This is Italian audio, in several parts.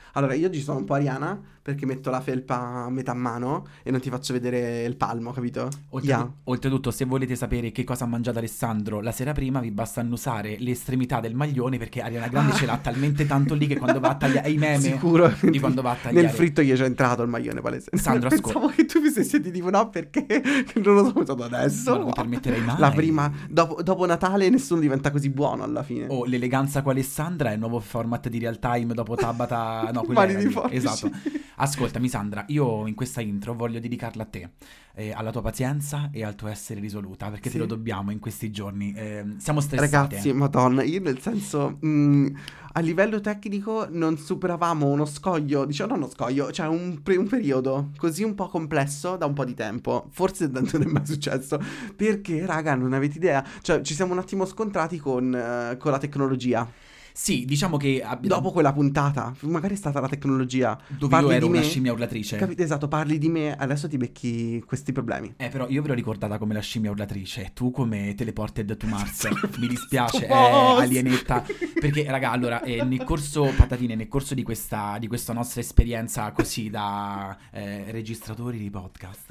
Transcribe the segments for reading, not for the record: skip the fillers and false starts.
Allora, io oggi sono un po' ariana perché metto la felpa a metà mano e non ti faccio vedere il palmo, capito? Yeah. Oltretutto, se volete sapere che cosa ha mangiato Alessandro la sera prima, vi basta annusare le estremità del maglione perché Ariana Grande ce l'ha talmente tanto lì che quando va a tagliare i meme Sicuro. di quando va a Nel tagliare. fritto gli c'è entrato il maglione palese. Sandro, Pensavo che tu mi stessi tipo no perché non lo so pensato adesso. Non lo permetterei mai. La prima, dopo Natale nessuno diventa così buono alla fine. Oh, l'eleganza con Alessandra è il nuovo format di real time dopo Tabata. No, quello Mani era di lì. forbici. Esatto. Ascoltami, Sandra, io in questa intro voglio dedicarla a te, alla tua pazienza e al tuo essere risoluta, perché Sì. te lo dobbiamo in questi giorni. Siamo stressati. Ragazzi, madonna, io nel senso, a livello tecnico non superavamo uno scoglio, diciamo non uno scoglio, cioè un periodo così un po' complesso da un po' di tempo. Forse non è mai successo, perché, raga, non avete idea, cioè ci siamo un attimo scontrati con la tecnologia. Sì, diciamo che Dopo quella puntata, magari è stata la tecnologia. dove Parli io ero di una me, scimmia urlatrice. capite? Esatto, parli di me, adesso ti becchi questi problemi. Però io ve l'ho ricordata come la scimmia urlatrice, tu come Teleported to Mars. Mi dispiace, Boss! alienetta. Perché, raga, allora, nel corso, patatine, nel corso di questa nostra esperienza così da registratori di podcast,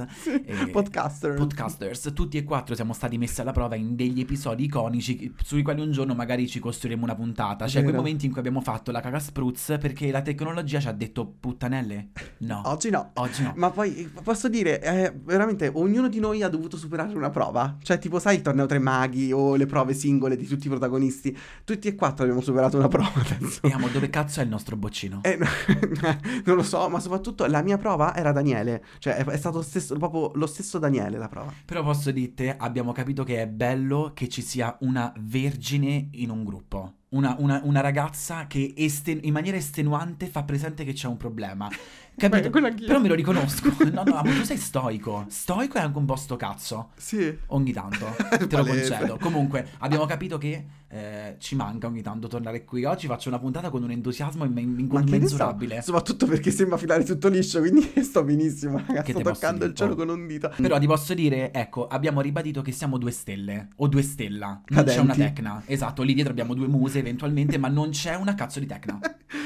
podcasters, tutti e quattro siamo stati messi alla prova in degli episodi iconici sui quali un giorno magari ci costruiremo una puntata. Cioè, quei Vero. momenti in cui abbiamo fatto la cagaspruz perché la tecnologia ci ha detto puttanelle. No. Oggi no. Oggi no. Ma poi posso dire, veramente ognuno di noi ha dovuto superare una prova. Cioè, tipo, sai, il torneo tre maghi o le prove singole di tutti i protagonisti. Tutti e quattro abbiamo superato una prova adesso. E amo, dove cazzo è il nostro boccino? Non lo so, ma soprattutto la mia prova era Daniele. Cioè, è stato proprio lo stesso Daniele la prova. Però posso dirti, abbiamo capito che è bello che ci sia una vergine in un gruppo. Una ragazza che in maniera estenuante fa presente che c'è un problema. Capito? Beh, quello anch'io. Però me lo riconosco. No, amo, tu sei stoico. Stoico è anche un po' sto cazzo. Sì. Ogni tanto, te lo Palese. concedo. Comunque, abbiamo capito che ci manca ogni tanto tornare qui. Oggi faccio una puntata con un entusiasmo Ma che ne so? incommensurabile. Soprattutto perché sembra filare tutto liscio, quindi sto benissimo, raga. Che Sto te posso toccando dire? il cielo Oh. con un dito. Però ti posso dire, ecco, abbiamo ribadito che siamo 2 stelle. O 2 stella. Non Cadenti. c'è una tecna. Esatto, lì dietro abbiamo 2 muse eventualmente, ma non c'è una cazzo di tecna.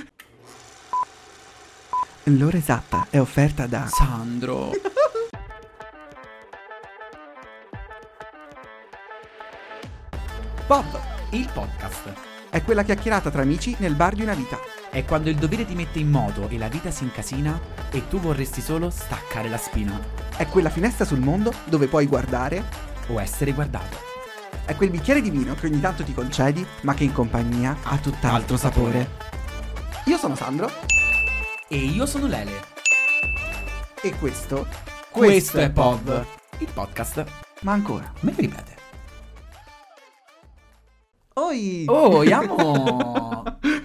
L'ora esatta è offerta da Sandro. Bob. Il podcast È quella chiacchierata tra amici nel bar di una vita. è quando il dovere ti mette in moto e la vita si incasina e tu vorresti solo staccare la spina È quella finestra sul mondo dove puoi guardare. o essere guardato. È quel bicchiere di vino che ogni tanto ti concedi, ma che in compagnia ha tutt'altro sapore. Io sono Sandro E io sono Lele. e questo Questo è Pod, il podcast. Ma ancora. Me lo ripete. Oi! Oh, amo!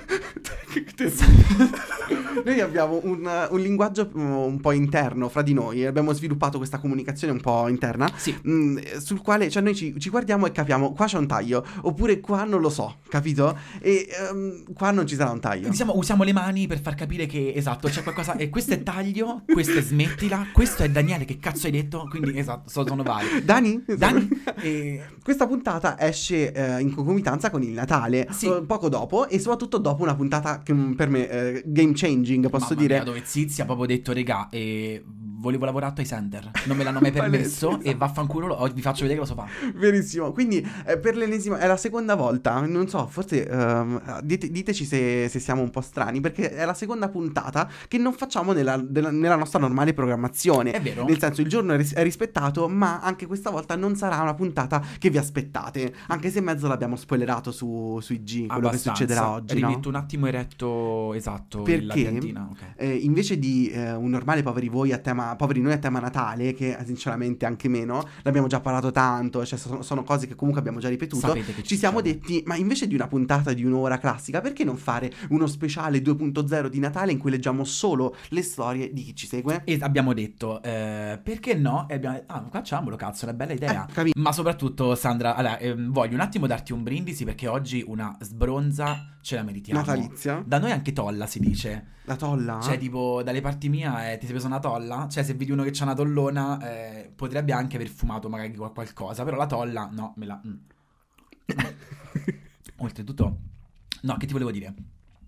Noi abbiamo un linguaggio un po' interno fra di noi. Abbiamo sviluppato questa comunicazione un po' interna. Sì. Sul quale, cioè, noi ci guardiamo e capiamo: qua c'è un taglio, oppure qua non lo so, capito? E qua non ci sarà un taglio. Usiamo le mani per far capire che, esatto, c'è qualcosa. E questo è taglio, questo è smettila, questo è Daniele, che cazzo hai detto? Quindi, esatto, sono vari. Dani? E... Questa puntata esce in concomitanza con il Natale, Sì. poco dopo, e soprattutto dopo una puntata che per me game changing, posso Mamma dire. mia, dove Zizi ha proprio detto, regà, volevo lavorare a Toy Center, non me l'hanno mai permesso Palese, e vaffanculo, vi faccio vedere che lo so fare. Verissimo, quindi per l'ennesima, è la seconda volta, non so, forse diteci se siamo un po' strani, perché è la seconda puntata che non facciamo nella nostra normale programmazione. È vero? Nel senso, il giorno è rispettato, ma anche questa volta non sarà una puntata che vi aspettate, anche se in mezzo l'abbiamo spoilerato su IG, quello che succederà oggi, no? Rimetto un attimo eretto, esatto, la Perché piantina, ok. invece di un normale poveri noi a tema Natale, che sinceramente anche meno, l'abbiamo già parlato tanto, cioè sono cose che comunque abbiamo già ripetuto, Sapete che ci siamo succede. detti, ma invece di una puntata di un'ora classica, perché non fare uno speciale 2.0 di Natale in cui leggiamo solo le storie di chi ci segue? E abbiamo detto, perché no? E abbiamo detto, facciamolo, cazzo, è una bella idea. Ma soprattutto, Sandra, allora, voglio un attimo darti un brindisi perché oggi una sbronza ce la meritiamo. Natalizia? Da noi anche tolla si dice. La tolla? Cioè, tipo, dalle parti mia ti sei preso una tolla? Cioè, se vedi uno che c'ha una tollona, potrebbe anche aver fumato magari qualcosa. Però la tolla, no, me la... Oltretutto, no, che ti volevo dire?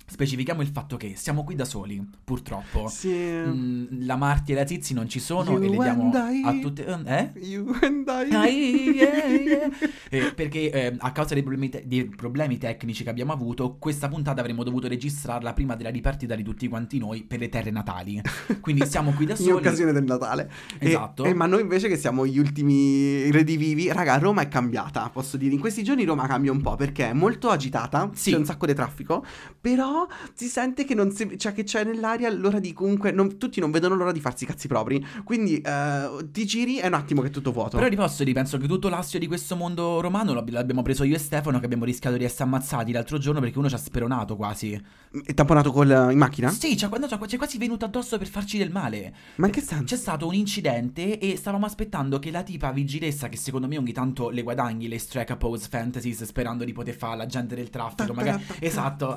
Specifichiamo il fatto che siamo qui da soli, purtroppo. Sì. La Marti e la Zizi non ci sono You e le diamo and I. a tutte... You and I. Perché a causa dei problemi tecnici che abbiamo avuto, questa puntata avremmo dovuto registrarla prima della ripartita di tutti quanti noi per le terre natali. Quindi siamo qui da soli. In occasione del Natale. Esatto. Ma noi invece che siamo gli ultimi redivivi, raga, Roma è cambiata, posso dire. In questi giorni Roma cambia un po' perché è molto agitata, Sì. c'è un sacco di traffico, però si sente che non cioè che c'è nell'aria l'ora di comunque tutti non vedono l'ora di farsi i cazzi propri. Quindi ti giri è un attimo che è tutto vuoto. Però riposto, penso che tutto l'astio di questo mondo romano l'abbiamo preso io e Stefano, che abbiamo rischiato di essere ammazzati l'altro giorno perché uno ci ha speronato quasi. È tamponato in macchina? Sì, ci è quasi venuto addosso per farci del male. Ma in che senso? C'è stato un incidente e stavamo aspettando che la tipa vigilessa, che secondo me ogni tanto le guadagni le Streka Pose Fantasies sperando di poter fare l'agente del traffico, magari. Esatto.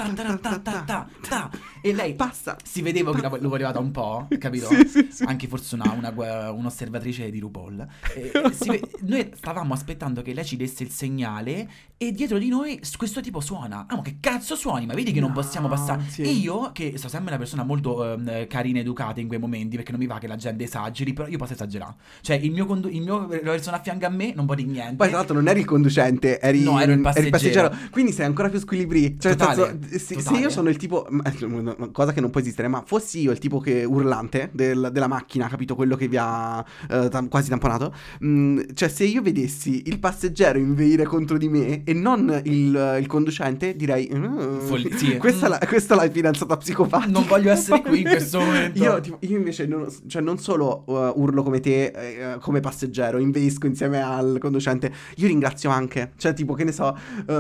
E lei passa. si vedeva che lo voleva da un po', capito? Sì. Anche forse un'osservatrice di RuPaul. Noi stavamo aspettando che lei ci desse il segnale e dietro di noi questo tipo suona. Ah, ma che cazzo suoni? Ma vedi che non possiamo passare. Sì. E io, che sono sempre una persona molto carina e educata in quei momenti, perché non mi va che la gente esageri, però io posso esagerare. Cioè il mio la persona a fianco a me non può dire niente. Poi tra l'altro non eri il conducente, ero il passeggero. Quindi sei ancora più squilibri. Cioè, Totale. Se io sono il tipo, cosa che non può esistere, ma fossi io il tipo che urlante della macchina, capito? Quello che vi ha quasi tamponato. Cioè, se io vedessi il passeggero inveire contro di me e non il conducente, direi sì. questa l'hai fidanzata psicopatica. Non voglio essere qui in questo momento. Io invece non solo urlo come te, come passeggero, inveisco insieme al conducente. Io ringrazio anche. Cioè, tipo, che ne so,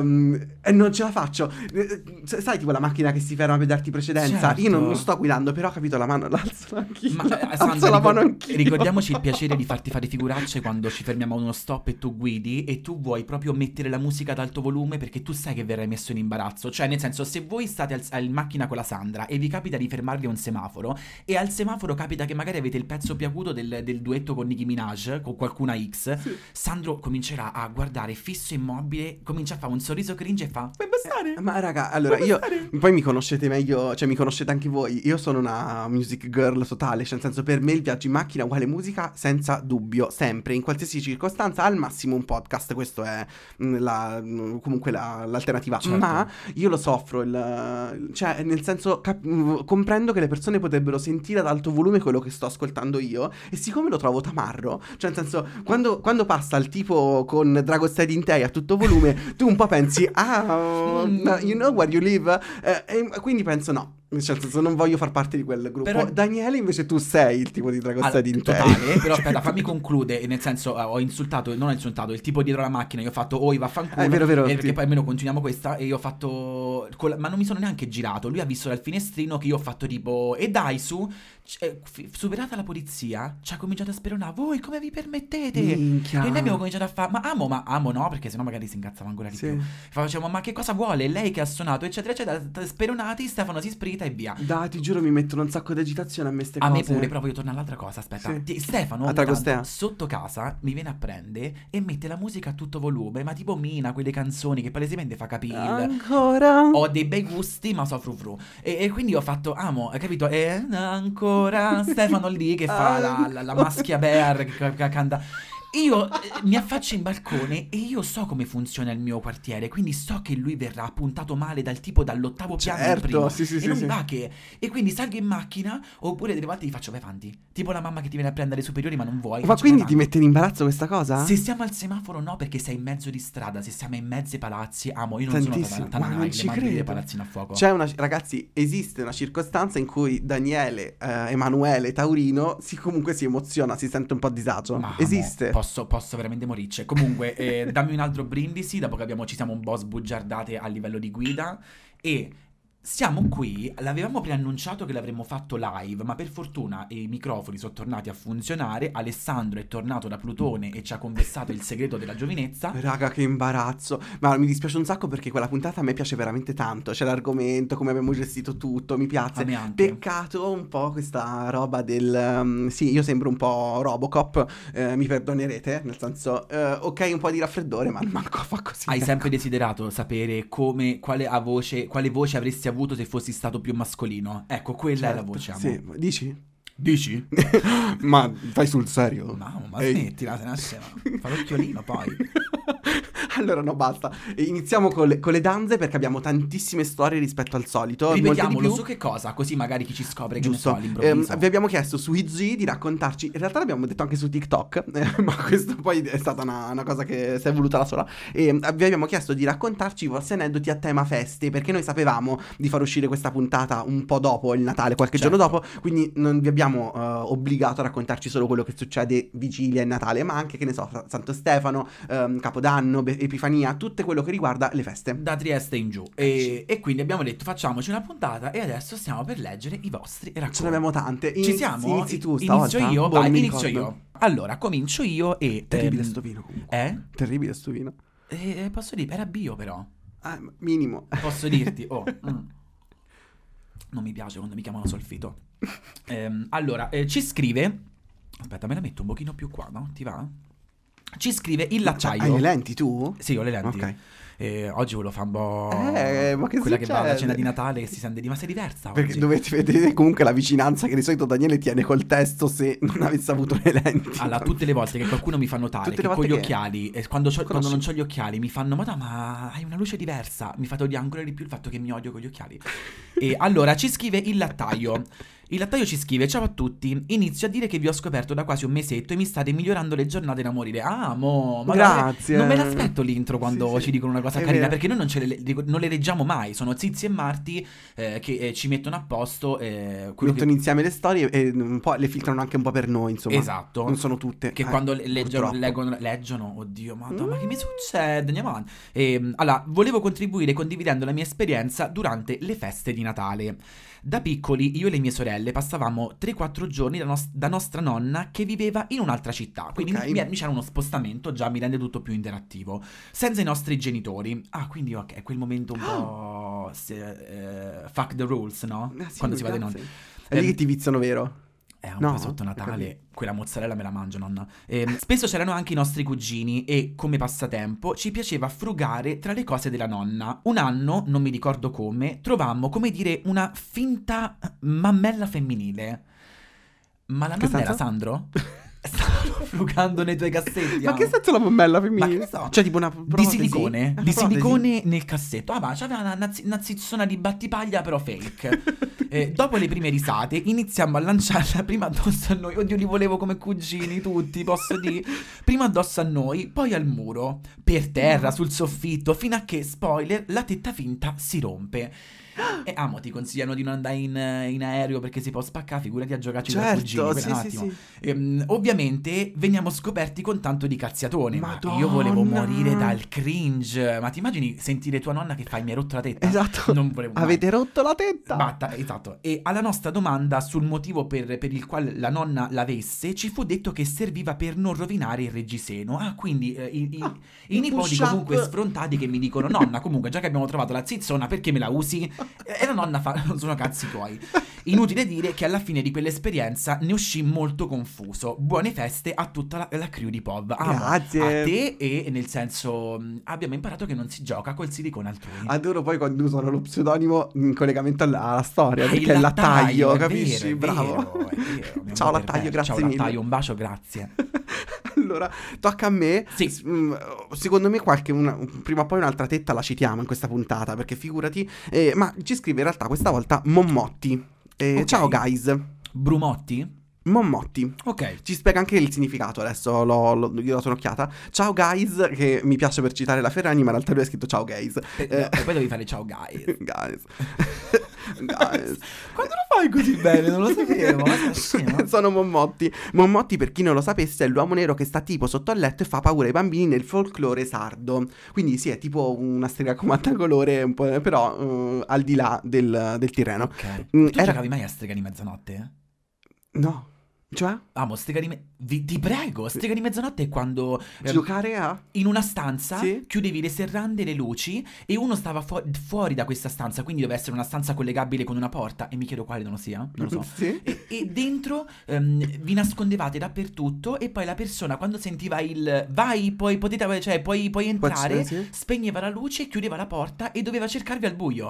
e non ce la faccio. Sai, tipo la macchina che si ferma per darti precedenza. Certo. Io non sto guidando, però, capito, la mano l'alzo anch'io. Ma Alzo la mano anch'io. ricordiamoci il piacere di farti fare figuracce quando ci fermiamo a uno stop e tu guidi e tu vuoi proprio mettere la musica ad alto volume perché tu sai che verrai messo in imbarazzo. Cioè, nel senso, se voi state in macchina con la Sandra e vi capita di fermarvi a un semaforo e al semaforo capita che magari avete il pezzo più acuto del duetto con Nicki Minaj, con qualcuna X, sì. Sandro comincerà a guardare fisso immobile, comincia a fare un sorriso cringe e fa puoi bastare. Ma raga, allora poi mi conoscete meglio, cioè mi conoscete anche voi. Io sono una music girl totale, cioè nel senso, per me il viaggio in macchina uguale musica senza dubbio, sempre, in qualsiasi circostanza, al massimo un podcast. Questo è comunque l'alternativa. Certo. Ma io lo soffro, cioè nel senso comprendo che le persone potrebbero sentire ad alto volume quello che sto ascoltando io, e siccome lo trovo tamarro, cioè nel senso, quando passa il tipo con Dragostea in te a tutto volume, tu un po' pensi you know where you live, e quindi penso no. Cioè, nel senso, non voglio far parte di quel gruppo. Però... Daniele, invece tu sei il tipo di Dragostea di te. Totale, però aspetta, fammi concludere. Nel senso, non ho insultato il tipo dietro la macchina. Io ho fatto, vaffanculo. È vero. Perché poi almeno continuiamo questa. E io ho fatto, ma non mi sono neanche girato. Lui ha visto dal finestrino che io ho fatto tipo, e dai su. Superata la polizia, ci ha cominciato a speronare. Voi come vi permettete? Minchia. E noi abbiamo cominciato a fare, ma amo no, perché sennò magari si incazzava ancora di più. Facciamo, ma che cosa vuole? Lei che ha suonato, eccetera, eccetera. Speronati, Stefano si sprita e via. Dai, ti giuro, mi mettono un sacco di agitazione a me ste cose. A me pure, però voglio tornare all'altra cosa. Aspetta, Stefano sotto casa mi viene a prendere e mette la musica a tutto volume, ma tipo Mina, quelle canzoni che palesemente fa capire. Ancora? Ho dei bei gusti, ma so frufru. E quindi ho fatto, amo, hai capito? E ancora Stefano lì che fa la maschia bear che canta. Io mi affaccio in balcone e io so come funziona il mio quartiere, quindi so che lui verrà appuntato male dal tipo dall'8º piano al primo. Sì, non mi va che... E quindi salgo in macchina, oppure delle volte gli faccio vai avanti. Tipo la mamma che ti viene a prendere le superiori ma non vuoi. Ma quindi ti mette in imbarazzo questa cosa? Se siamo al semaforo no, perché sei in mezzo di strada. Se siamo in mezzo ai palazzi, io non tantissimo, sono ma non ci credo. palazzino a fuoco. Ragazzi, esiste una circostanza in cui Daniele, Emanuele, Taurino comunque si emoziona, si sente un po' a disagio. Esiste. Posso veramente moricce. Comunque, dammi un altro brindisi, dopo che ci siamo un po' sbugiardate a livello di guida. E siamo qui, l'avevamo preannunciato che l'avremmo fatto live, ma per fortuna i microfoni sono tornati a funzionare. Alessandro è tornato da Plutone e ci ha confessato il segreto della giovinezza. Raga, che imbarazzo. Ma mi dispiace un sacco perché quella puntata a me piace veramente tanto. C'è l'argomento, come abbiamo gestito tutto, mi piace. A me anche. Peccato un po' questa roba del... sì, io sembro un po' Robocop, mi perdonerete, nel senso, ok, un po' di raffreddore, ma manco fa così. Hai sempre desiderato sapere quale voce avresti avuto se fossi stato più mascolino. Ecco, quella è la voce, amo. Sì, Dici? Ma fai sul serio? Ma Ehi. smettila, se no fa l'occhiolino poi. Allora no, basta. Iniziamo con le danze perché abbiamo tantissime storie rispetto al solito. molte di Ripetiamolo, più. su che cosa? Così magari chi ci scopre che ne so Giusto. all'improvviso. Vi abbiamo chiesto su IG di raccontarci. In realtà l'abbiamo detto anche su TikTok, ma questo poi è stata una cosa che si è voluta da sola. Vi abbiamo chiesto di raccontarci i vostri aneddoti a tema feste, perché noi sapevamo di far uscire questa puntata un po' dopo il Natale, qualche Certo. giorno dopo, quindi non vi abbiamo obbligato a raccontarci solo quello che succede vigilia e Natale, ma anche, che ne so, Santo Stefano, Capodanno, Epifania, tutto quello che riguarda le feste. Da Trieste in giù. E quindi abbiamo detto facciamoci una puntata e adesso stiamo per leggere i vostri racconti. Ce ne abbiamo tante. Ci siamo? Inizi tu stavolta? Inizio io? Boh, Vai, mi inizio ricordo. io. Allora, comincio io e... Terribile sto vino comunque. Terribile sto vino. Posso dire, era bio però. Minimo. Posso dirti? Non mi piace quando mi chiamano Solfito. Allora, ci scrive... Aspetta, me la metto un pochino più qua, no? Ti va? Ci scrive il l'acciaio. Hai le lenti tu? Sì, ho le lenti. Ok. Oggi volevo fare un po'... ma che quella che va alla succede? cena di Natale che si sente di... Ma sei diversa Perché oggi. dovete vedere comunque la vicinanza che di solito Daniele tiene col testo se non avesse avuto le lenti. Allora, tutte le volte che qualcuno mi fa notare Tutte che le con volte gli che- occhiali, quando Conosci? non ho gli occhiali, mi fanno: ma hai una luce diversa. Mi fate odiare ancora di più il fatto che mi odio con gli occhiali. E allora ci scrive il lattaio. Il lattaio ci scrive: ciao a tutti, inizio a dire che vi ho scoperto da quasi un mesetto e mi state migliorando le giornate da morire. Ah, ma Grazie. non me l'aspetto l'intro quando Sì, sì. ci dicono una cosa È carina, vero. perché noi non le leggiamo mai. Sono Zizi e Marti che ci mettono a posto quello Mettono insieme le storie e un po' le filtrano anche un po' per noi, insomma. Esatto. Non sono tutte. Che quando leggono, purtroppo. leggono, oddio, ma che mi succede? Andiamo avanti. Allora, volevo contribuire condividendo la mia esperienza durante le feste di Natale. Da piccoli, io e le mie sorelle passavamo 3-4 giorni da nostra nonna che viveva in un'altra città. Quindi Ok. c'era uno spostamento, già mi rende tutto più interattivo. Senza i nostri genitori. Ah, quindi ok, è quel momento un po'... fuck the rules, no? Sì, Quando si va dai grazie. nonni. È lì che ti viziano, vero? Un No, po' sotto ho Natale, capito. quella mozzarella me la mangio, nonna. Spesso c'erano anche i nostri cugini e, come passatempo, ci piaceva frugare tra le cose della nonna. Un anno, non mi ricordo come, trovammo, come dire, una finta mammella femminile. Ma la Che nonna era senso? Sandro? Stavo frugando nei tuoi cassetti. Ma che amo. senso la mammella Ma femminile? che ne so? Cioè tipo una Di protesi? silicone, Una di protesi? silicone nel cassetto. Ah, ma c'aveva una zizzona di battipaglia, però fake. Dopo le prime risate, iniziamo a lanciarla prima addosso a noi. Oddio, li volevo come cugini tutti, posso dire? Prima addosso a noi, poi al muro, per terra, sul soffitto, fino a che, spoiler, la tetta finta si rompe. E amo, ti consigliano di non andare in aereo perché si può spaccare, figurati a giocarci con i cugini. Certo, quella un sì, sì, attimo. sì. Ovviamente veniamo scoperti con tanto di cazziatone. Ma Madonna. io volevo morire dal cringe. Ma ti immagini sentire tua nonna che fa mi hai rotto la tetta? Esatto. Non volevo mai. Avete rotto la tetta? Batta, esatto. E alla nostra domanda sul motivo per il quale la nonna l'avesse, ci fu detto che serviva per non rovinare il reggiseno. Ah, quindi i nipoti push-up. comunque sfrontati che mi dicono: nonna, comunque già che abbiamo trovato la zizzona, perché me la usi? E la nonna fa: non sono cazzi tuoi. Inutile dire che alla fine di quell'esperienza ne uscì molto confuso. Buone feste a tutta la crew di POV. Amo, Grazie. a te, e nel senso abbiamo imparato che non si gioca col silicone altrui. Adoro poi quando usano lo pseudonimo in collegamento alla storia, Ah, perché è il lattaio, è capisci? vero, è Bravo. vero, è vero, mio Ciao amore, lattaio, per te. grazie Ciao mille. lattaio, un bacio, grazie. Allora, tocca a me. Sì. Secondo me prima o poi un'altra tetta la citiamo in questa puntata, perché figurati. Ma ci scrive in realtà questa volta Mommotti. Ok. Ciao guys. Brumotti? Mommotti. Ok. Ci spiega anche il significato, adesso gli ho dato un'occhiata. Ciao guys, che mi piace per citare la Ferragni, ma in realtà lui ha scritto ciao guys. E poi devi fare ciao guys. Guys. Guys. Quando lo fai così bene? Non lo sapevo. Sono Mommotti. Mommotti, per chi non lo sapesse, è l'uomo nero che sta tipo sotto al letto e fa paura ai bambini nel folklore sardo. Quindi sì, è tipo una strega con colore, un po', però al di là del Tirreno. Ok. Tu Era... giocavi mai a Strega di Mezzanotte? No. Cioè? Amo, Strega di ti prego, Strega di Mezzanotte è quando Giocare a... in una stanza Sì. chiudevi le serrande e le luci e uno stava fuori da questa stanza, quindi deve essere una stanza collegabile con una porta, e mi chiedo quale non sia, non lo so. Sì. E dentro vi nascondevate dappertutto, e poi la persona, quando sentiva il vai, puoi entrare, Sì. spegneva la luce, chiudeva la porta e doveva cercarvi al buio.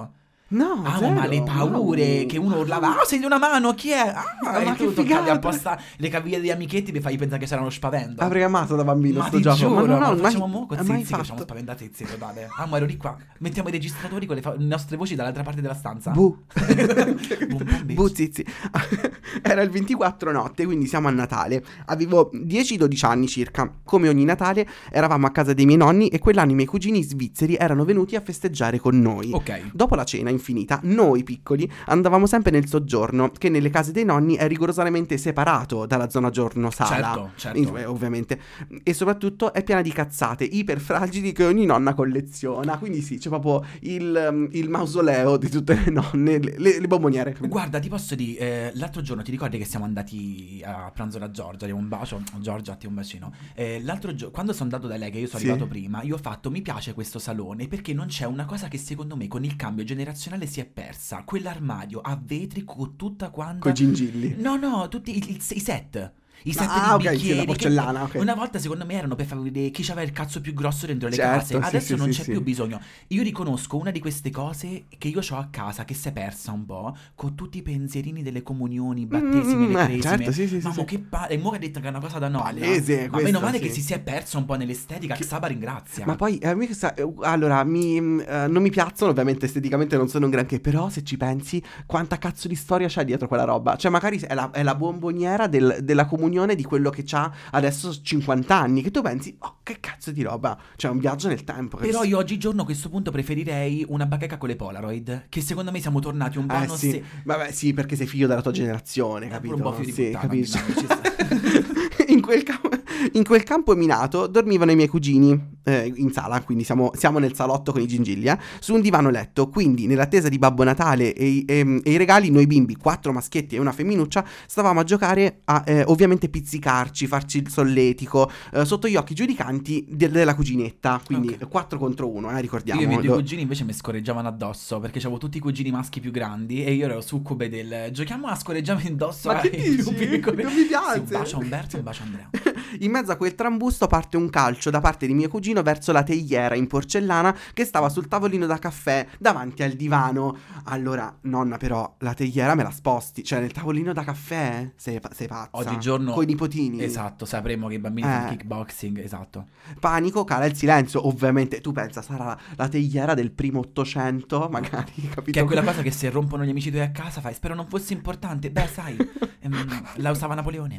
No, Amo, zero. ma le paure Wow. che uno urlava, sei di una mano, chi è? Ma E che tu toccavi figata. apposta le caviglie degli amichetti per fargli pensare che c'era uno spavento. Avrei amato da bambino Ma sto ti gioco. giuro, Ma non ma ho lo mai, facciamo mo' con mai Zizi che siamo fatto. spaventati, guardate. Amo, ero di qua. Mettiamo i registratori con le nostre voci dall'altra parte della stanza. Bu. Boom, boom, bitch. Bu, zizi. Era il 24 notte, quindi siamo a Natale. Avevo 10-12 anni circa. Come ogni Natale eravamo a casa dei miei nonni e quell'anno i miei cugini svizzeri erano venuti a festeggiare con noi. Ok. Dopo la cena infinita, noi piccoli andavamo sempre nel soggiorno, che nelle case dei nonni è rigorosamente separato dalla zona giorno-sala. Certo. Ovviamente. E soprattutto è piena di cazzate iperfragili che ogni nonna colleziona. Quindi sì, c'è proprio il mausoleo di tutte le nonne, le bomboniere. Guarda, ti posso dire, l'altro giorno ti ricordi che siamo andati a pranzo da Giorgia? Diamo un bacio, Giorgia, ti un bacino. L'altro giorno, quando sono andato da lei, che io sono Sì. arrivato prima, io ho fatto, mi piace questo salone perché non c'è una cosa che secondo me con il cambio generazionale si è persa. Quell'armadio a vetri con tutta quanta... Coi gingilli. No, tutti i set. I set Ah, di ok, sì, bicchieri la porcellana, che ok. una volta secondo me erano per far vedere chi c'aveva il cazzo più grosso dentro le Certo, case. sì, Adesso sì, non sì, c'è sì. più bisogno. Io riconosco una di queste cose che io ho a casa, che si è persa un po', con tutti i pensierini delle comunioni, i battesimi, le cresime. certo, sì, sì, sì, Ma sì. mo che e mo che ha detto che è una cosa da nonna. Palese, Ma questo, meno male sì. che si sia persa un po' nell'estetica, Che- Xaba ringrazia. Ma poi a me allora non mi piacciono, ovviamente esteticamente non sono un granché, però se ci pensi quanta cazzo di storia c'è dietro quella roba. Cioè magari è la bomboniera della comunione di quello che c'ha adesso 50 anni, che tu pensi, oh che cazzo di roba, cioè un viaggio nel tempo. Però io oggigiorno a questo punto preferirei una bacheca con le Polaroid, che secondo me siamo tornati un po' a sì, vabbè sì, perché sei figlio della tua generazione, capito? pure un po' figlio di Sì, puttana, capisci? ogni tanto ci sta. In quel campo minato dormivano i miei cugini in sala, quindi siamo nel salotto con i gingilli, su un divano letto. Quindi, nell'attesa di Babbo Natale e i regali, noi bimbi, 4 maschietti e una femminuccia, stavamo a giocare a ovviamente pizzicarci, farci il solletico, sotto gli occhi giudicanti della cuginetta. Quindi Ok. 4 contro 1, ricordiamo. Io i miei due cugini invece mi scorreggiavano addosso perché avevo tutti i cugini maschi più grandi e io ero succube del giochiamo a scorreggiare addosso Ma che ai più dici? piccoli. Non mi piace. Sì, un bacio a Umberto e un bacio a Andrea. In mezzo a quel trambusto parte un calcio da parte di mio cugino verso la teiera in porcellana che stava sul tavolino da caffè davanti al divano. Allora, nonna, però, la teiera me la sposti. Cioè, nel tavolino da caffè? Sei pazza. Oggigiorno Coi nipotini. Esatto, sapremo che i bambini fanno kickboxing, esatto. Panico, cala il silenzio. Ovviamente, tu pensa, sarà la teiera del primo 800, magari, capito? Che è quella cosa che se rompono gli amici tuoi a casa fai, spero non fosse importante. Beh, sai, la usava Napoleone.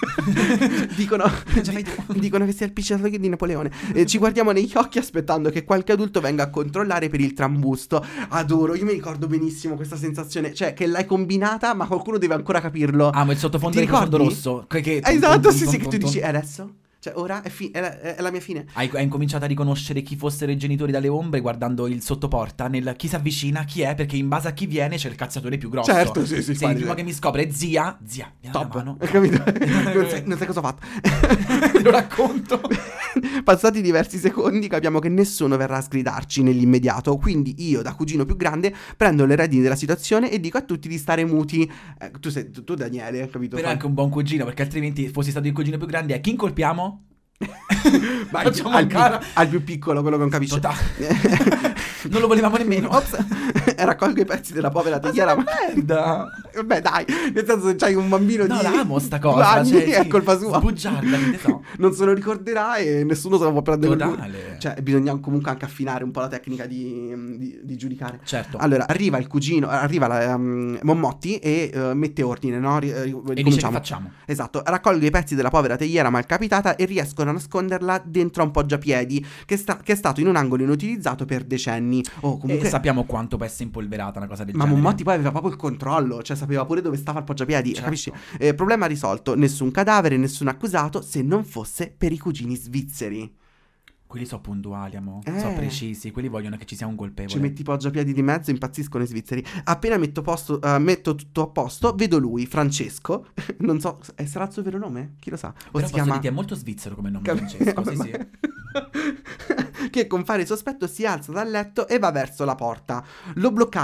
Dicono che sia il picciato di Napoleone. Ci guardiamo negli occhi aspettando che qualche adulto venga a controllare per il trambusto. Adoro, io mi ricordo benissimo questa sensazione. Cioè, che l'hai combinata, ma qualcuno deve ancora capirlo. Ah, ma il sottofondo Ti del profondo ricordi? rosso. Esatto, sì, che tu dici, e adesso? Cioè, ora è la mia fine. Hai incominciato a riconoscere chi fossero i genitori dalle ombre guardando il sottoporta nel chi si avvicina, chi è, perché in base a chi viene c'è il cazziatore più grosso. Certo, sì, Se il primo che mi scopre è zia, mi dà la Top, mano. capito? Non sai cosa ho fatto. Te lo racconto. Passati diversi secondi capiamo che nessuno verrà a sgridarci nell'immediato, quindi io da cugino più grande prendo le redini della situazione e dico a tutti di stare muti. Tu Daniele, capito? Però è anche un buon cugino, perché altrimenti fossi stato il cugino più grande, a chi incolpiamo? Vai, Facciamo cara. al più piccolo, quello che non capisce. Non lo volevamo nemmeno. Ops, raccolgo i pezzi della povera teiera. Merda. Vabbè, dai, nel senso se c'hai un bambino No, di l'amo sta 2 cosa, anni, cioè, è sì, colpa sua. sbugiarda, che ne so. Non se lo ricorderà e nessuno se lo può prendere con lui. Totale. Cioè, bisogna comunque anche affinare un po' la tecnica di giudicare. Certo. Allora, arriva il cugino, arriva la Mommotti e mette ordine, no? E dice che facciamo. Esatto, raccolgo i pezzi della povera teiera malcapitata e riescono a nasconderla dentro a un poggiapiedi che è stato in un angolo inutilizzato per decenni. Oh, comunque... E sappiamo quanto può essere impolverata una cosa del Ma genere. Mommotti poi aveva proprio il controllo, cioè sapeva pure dove stava il poggiapiedi, Certo. capisci? Problema risolto, nessun cadavere, nessun accusato, se non fosse per i cugini svizzeri. Quelli sono puntuali, amo. Sono precisi. Quelli vogliono che ci sia un colpevole. Ci metti i poggiapiedi di mezzo, impazziscono i svizzeri. Appena metto tutto a posto, vedo lui, Francesco. Non so, sarà il suo vero nome? Chi lo sa? O Però si posso chiama... dirti, è molto svizzero come nome, Francesco. Sì, sì. Che con fare sospetto si alza dal letto e va verso la porta. Lo bloccai.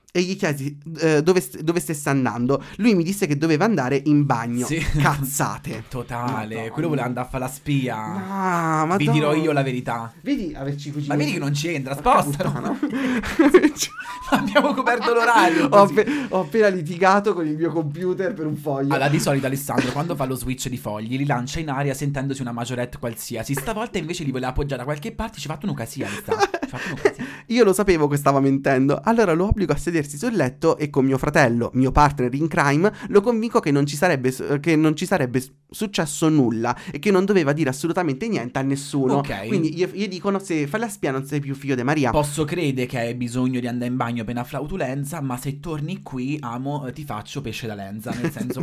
e gli chiesi dove stesse andando. Lui mi disse che doveva andare in bagno. Sì. Cazzate. Totale. Madonna. Quello voleva andare a fare la spia. No, Vi dirò io la verità. Vedi averci cugini. Ma vedi che non c'entra, Porca spostano. puttana. Abbiamo coperto l'orario. Ho, così. ho appena litigato con il mio computer per un foglio. Allora, di solito Alessandro quando fa lo switch di fogli li lancia in aria sentendosi una majorette qualsiasi. Stavolta invece li voleva appoggiare da qualche parte. Ci ha fatto un'ocasia. Io lo sapevo che stava mentendo. Allora lo obbligo a sedersi sul letto e con mio fratello, mio partner in crime, lo convinco che non ci sarebbe successo nulla e che non doveva dire assolutamente niente a nessuno. Ok. Quindi gli dicono: se fai la spia non sei più figlio di Maria. Posso credere che hai bisogno di andare in bagno per una flautulenza, ma se torni qui, amo, ti faccio pesce da lenza. Nel senso,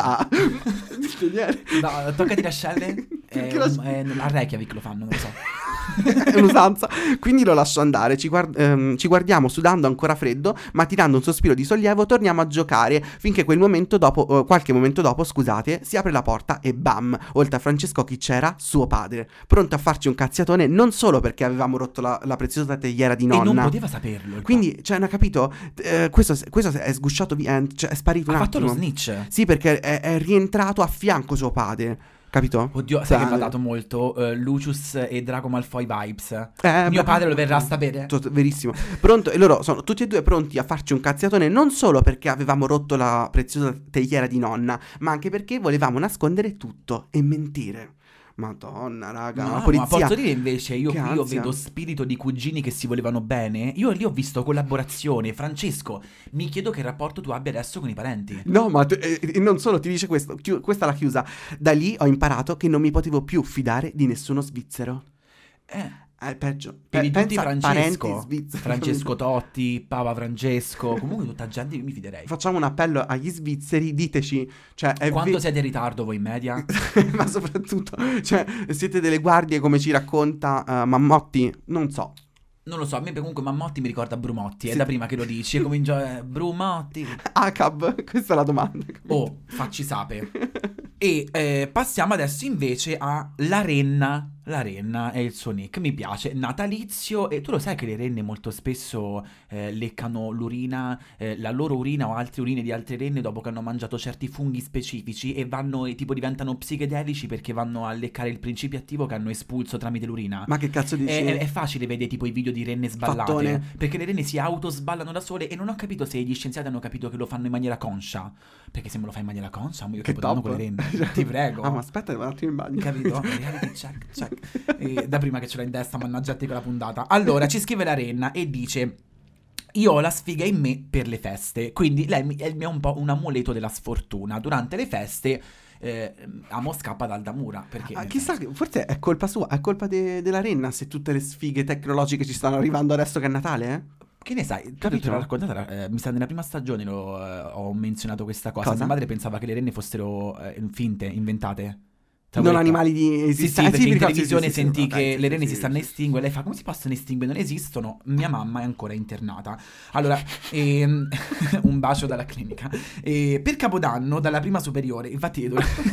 no, toccati le ascelle. A Reykjavik lo fanno, non lo so. È un'usanza. Quindi lo lascio andare. Ci guardiamo sudando ancora freddo, ma tirando un sospiro di sollievo torniamo a giocare finché qualche momento dopo, scusate, si apre la porta e bam, oltre a Francesco chi c'era? Suo padre, pronto a farci un cazziatone, non solo perché avevamo rotto la preziosa teiera di nonna e non poteva saperlo. Quindi, cioè, non ha capito? Questo è sgusciato via, cioè è sparito un attimo. Ha fatto lo snitch. Sì, perché è rientrato a fianco suo padre. Capito? Oddio, sai che mi ha dato molto Lucius e Draco Malfoy vibes. Mio beh, padre lo verrà a sapere. Verissimo. Pronto, e loro sono tutti e due pronti a farci un cazziatone, non solo perché avevamo rotto la preziosa teiera di nonna, ma anche perché volevamo nascondere tutto e mentire. Madonna, raga, la polizia. Ma posso dire invece, io Che qui ho ansia. vedo spirito di cugini che si volevano bene. Io lì ho visto collaborazione. Francesco, mi chiedo che rapporto tu abbia adesso con i parenti. No, ma non solo ti dice questo, questa l'ha chiusa. Da lì ho imparato che non mi potevo più fidare di nessuno svizzero. È peggio. Vedi tutti Pensa Francesco, parenti svizzeri. Francesco Totti, Papa Francesco, comunque tutta gente che io mi fiderei. Facciamo un appello agli svizzeri, diteci, cioè quanto siete in ritardo voi in media? ma soprattutto, cioè, siete delle guardie come ci racconta Mammotti? Non so. Non lo so, a me comunque Mammotti mi ricorda Brumotti, è da prima che lo dici, e comincia Brumotti. ACAB, questa è la domanda. Oh, facci sape. E passiamo adesso invece a La Renna. La Renna è il suo nick, mi piace, natalizio, e tu lo sai che le renne molto spesso leccano l'urina, la loro urina o altre urine di altre renne dopo che hanno mangiato certi funghi specifici e vanno e tipo diventano psichedelici perché vanno a leccare il principio attivo che hanno espulso tramite l'urina. Ma che cazzo dici? È facile vedere tipo i video di renne sballate, Fattone. perché le renne si autosballano da sole e non ho capito se gli scienziati hanno capito che lo fanno in maniera conscia, perché se me lo fai in maniera conscia io Che capodanno top. con le renne, ti prego. Ah, ma aspetta, devo un attimo in bagno. Capito? Reality check. E da prima che ce l'ho in testa, mannaggiati quella puntata. Allora, ci scrive la Renna e dice: io ho la sfiga in me per le feste. Quindi lei è un po' un amuleto della sfortuna. Durante le feste amo scappa dal Damura. Perché chissà, forse è colpa sua, è colpa della Renna se tutte le sfighe tecnologiche ci stanno arrivando adesso che è Natale, eh? Che ne sai? Tu Capito? te l'ho raccontata, mi sa nella prima stagione ho menzionato questa cosa. Cosa? Mia madre pensava che le renne fossero finte, inventate. Non animali di Sì, esistenza. perché in ricordo, televisione senti vabbè, che sì, le renne sì, si stanno sì. estinguendo. Lei fa: come si possono estinguere? Non esistono. Mia mamma è ancora internata. Allora, un bacio dalla clinica. Per Capodanno, dalla prima superiore, infatti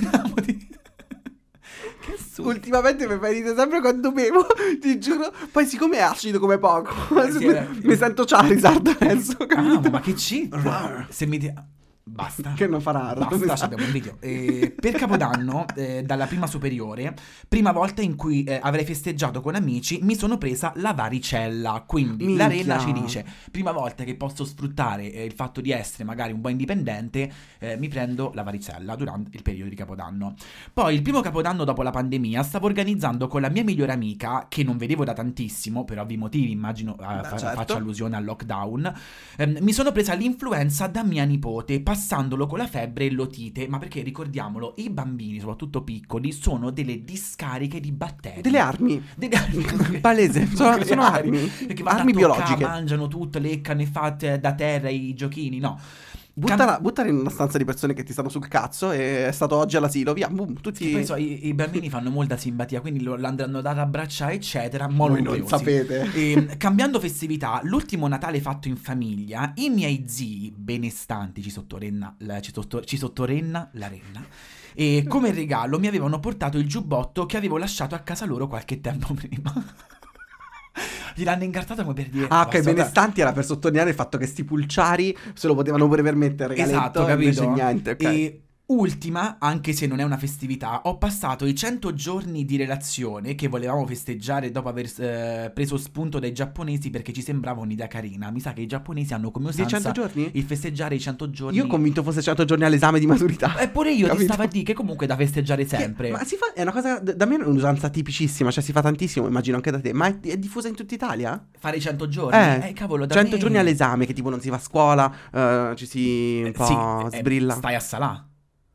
che assurdo. Ultimamente mi fai ridere sempre quando bevo, ti giuro. Poi siccome è acido come poco, Sì, mi sento Charizard adesso, capito? ma che c'entra? Se mi basta. Che non farà. Basta, ci abbiamo un video. Per Capodanno, dalla prima superiore, prima volta in cui avrei festeggiato con amici, mi sono presa la varicella. Quindi Minchia. la Renna ci dice: prima volta che posso sfruttare il fatto di essere magari un po' indipendente, mi prendo la varicella durante il periodo di Capodanno. Poi il primo Capodanno dopo la pandemia stavo organizzando con la mia migliore amica, che non vedevo da tantissimo, per ovvi motivi, immagino certo. faccia allusione al lockdown. Mi sono presa l'influenza da mia nipote, passandolo con la febbre e l'otite, ma perché ricordiamolo, i bambini, soprattutto piccoli, sono delle discariche di batteri. Delle armi. Delle armi. Palese, sono armi. Perché vanno Armi a toccare, biologiche. mangiano tutto, leccano e fate da terra i giochini, no. Buttala in una stanza di persone che ti stanno sul cazzo e è stato oggi all'asilo, via, boom, tutti... Poi so, i bambini fanno molta simpatia, quindi lo andranno ad abbracciare, eccetera. Voi non sapete. Cambiando festività, l'ultimo Natale fatto in famiglia, i miei zii benestanti ci sottorenna la Renna. E come regalo mi avevano portato il giubbotto che avevo lasciato a casa loro qualche tempo prima. Gliel'hanno incartato come per dire... Ah, ok, basta, benestanti era per sottolineare il fatto che sti pulciari se lo potevano pure permettere, regaletto, esatto, invece capito? niente, ok. E ultima, anche se non è una festività, ho passato i 100 giorni di relazione che volevamo festeggiare dopo aver preso spunto dai giapponesi perché ci sembrava un'idea carina. Mi sa che i giapponesi hanno come Di 100 usanza giorni? il festeggiare i 100 giorni. Io convinto fosse 100 giorni all'esame di maturità. Eppure io ti Capito? stavo a dire che comunque è da festeggiare sempre. Ma si fa, è una cosa, da me è un'usanza tipicissima, cioè si fa tantissimo, immagino anche da te, ma è diffusa in tutta Italia? Fare i 100 giorni? Cavolo, da 100 me... giorni all'esame, che tipo non si va a scuola, ci si un po' sbrilla. Stai a salà.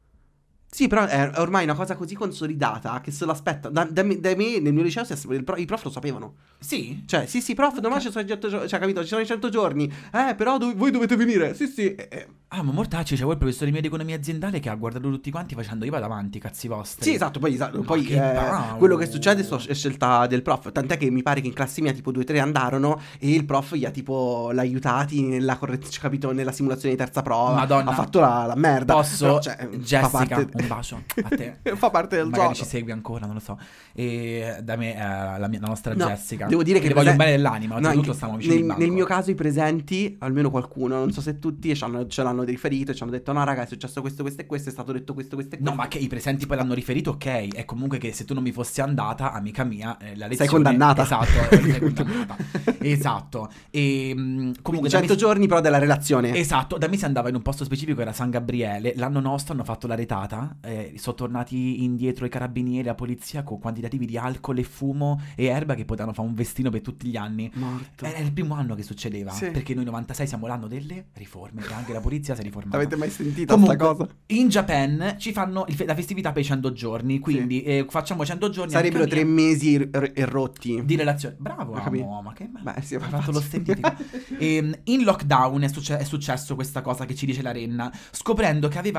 Sì, però è ormai una cosa così consolidata che se lo aspetta. Da me, nel mio liceo, i prof lo sapevano. Sì? Cioè, sì, prof, domani ci sono i 100 giorni. Cioè, capito? Ci sono i 100 giorni. Però voi dovete venire. Sì. Ah, ma mortacci, c'è quel professore mio di economia aziendale che ha guardato tutti quanti facendo io vado avanti, cazzi vostri. Sì, esatto. Poi che bravo. quello che succede è scelta del prof. Tant'è che mi pare che in classe mia tipo 2 o 3 andarono e il prof gli ha tipo l'aiutati nella correzione, capito? Nella simulazione di terza prova. Madonna. Ha fatto la merda. Posso? Però, cioè, Jessica, fa parte... un bacio a te. Fa parte del Magari gioco. ci segui ancora, non lo so. E da me la nostra No, Jessica. devo dire che le voglio bene dell'anima. Oltretutto stiamo vicini al banco. nel mio caso i presenti, almeno qualcuno, non so se tutti, ce l'hanno riferito e ci hanno detto no raga, è successo questo e questo, è stato detto questo e questo. No, ma che i presenti poi l'hanno riferito, ok. È comunque che se tu non mi fossi andata, amica mia, la lezione... Sei condannata. Esatto, sei condannata. Esatto. E comunque 100 giorni però della relazione. Esatto, da me si andava in un posto specifico, era San Gabriele. L'anno nostro hanno fatto la retata, sono tornati indietro i carabinieri, la polizia con quantitativi di alcol e fumo e erba che potevano fare un vestino per tutti gli anni. Morto. Era il primo anno che succedeva, Sì. perché noi 96 siamo l'anno delle riforme e anche la polizia si è riformata. L'avete mai sentita Comunque, sta cosa? in Japan ci fanno la festività per i 100 giorni, quindi facciamo 100 giorni. Sarebbero amica 3 mia, mesi e rotti. di relazione. Bravo, Ho capito. amo, ma che Beh, sì, hai ma fatto lo facile. stentifico. In lockdown è successo questa cosa che ci dice la Renna, scoprendo che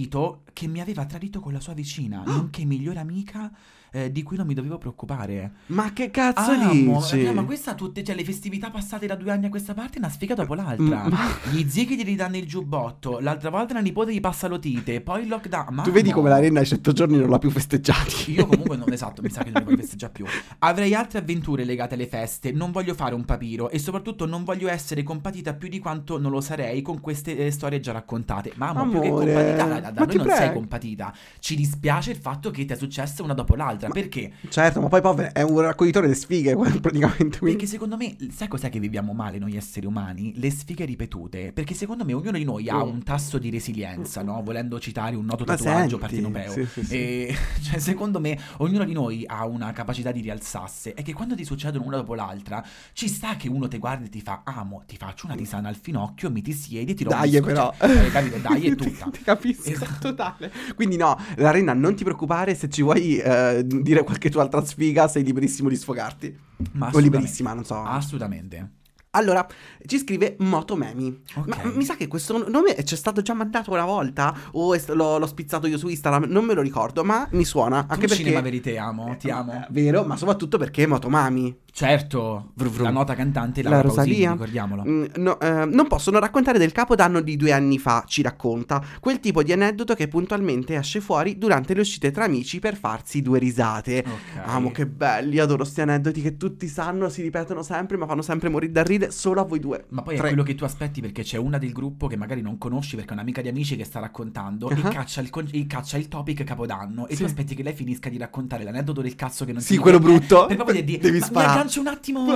mi aveva tradito con la sua vicina, nonché migliore amica, di cui non mi dovevo preoccupare. Ma che cazzo Amo, dici? ma questa tutte, cioè, le festività passate da 2 anni a questa parte, una sfiga dopo l'altra. Ma- Gli zii che gli ridanno il giubbotto, l'altra volta la nipote gli passa l'otite, poi il lockdown. Tu vedi Mamma. come la Renna ai 100 giorni non l'ha più festeggiati. Io comunque non esatto, mi sa che non li voglio festeggiare più. Avrei altre avventure legate alle feste, non voglio fare un papiro e soprattutto non voglio essere compatita più di quanto non lo sarei con queste storie già raccontate. Mamma, più che Amore, compatita, ma da ti noi non sei prego. compatita. Ci dispiace il fatto che ti è successa una dopo l'altra. Perché? Certo, ma poi povero è un raccoglitore di sfighe praticamente. Quindi... Perché secondo me, sai cos'è che viviamo male noi esseri umani? Le sfighe ripetute. Perché secondo me ognuno di noi ha un tasso di resilienza, no? Volendo citare un noto Ma tatuaggio senti, partenopeo. sì. E cioè, secondo me ognuno di noi ha una capacità di rialzarsi. E che quando ti succedono una dopo l'altra, ci sta che uno ti guarda e ti fa: amo, ti faccio una tisana al finocchio, mi ti siedi e ti do un Dai, biscotto. però. Cioè, capito? Dai, è tutta. Ti capisco, Esatto. totale. Quindi no, la Renna, non ti preoccupare, se ci vuoi dire qualche tua altra sfiga, sei liberissimo di sfogarti. Ma O assolutamente. liberissima, non so. Assolutamente. Allora, ci scrive Motomemi. Ok. Ma mi sa che questo nome c'è stato già mandato una volta o l'ho spizzato io su Instagram, non me lo ricordo, ma mi suona. Anche Tu perché... Cinema Verité, amo, ti amo. Vero, ma soprattutto perché è Motomami. Certo, Vrum vrum. la nota cantante La Laura Pausini, Rosalia. ricordiamolo. Non possono raccontare del capodanno di 2 anni fa, ci racconta. Quel tipo di aneddoto che puntualmente esce fuori durante le uscite tra amici per farsi 2 risate. Ok. Amo, che belli, adoro sti aneddoti che tutti sanno, si ripetono sempre, ma fanno sempre morire da ridere solo a voi due. Ma poi è 3. quello che tu aspetti perché c'è una del gruppo che magari non conosci perché è un'amica di amici che sta raccontando e Ah. caccia il topic capodanno e Sì. tu aspetti che lei finisca di raccontare l'aneddoto del cazzo che non Sì, ti quello viene, brutto. per proprio dire, Devi ma sparare. mi aggancio un attimo.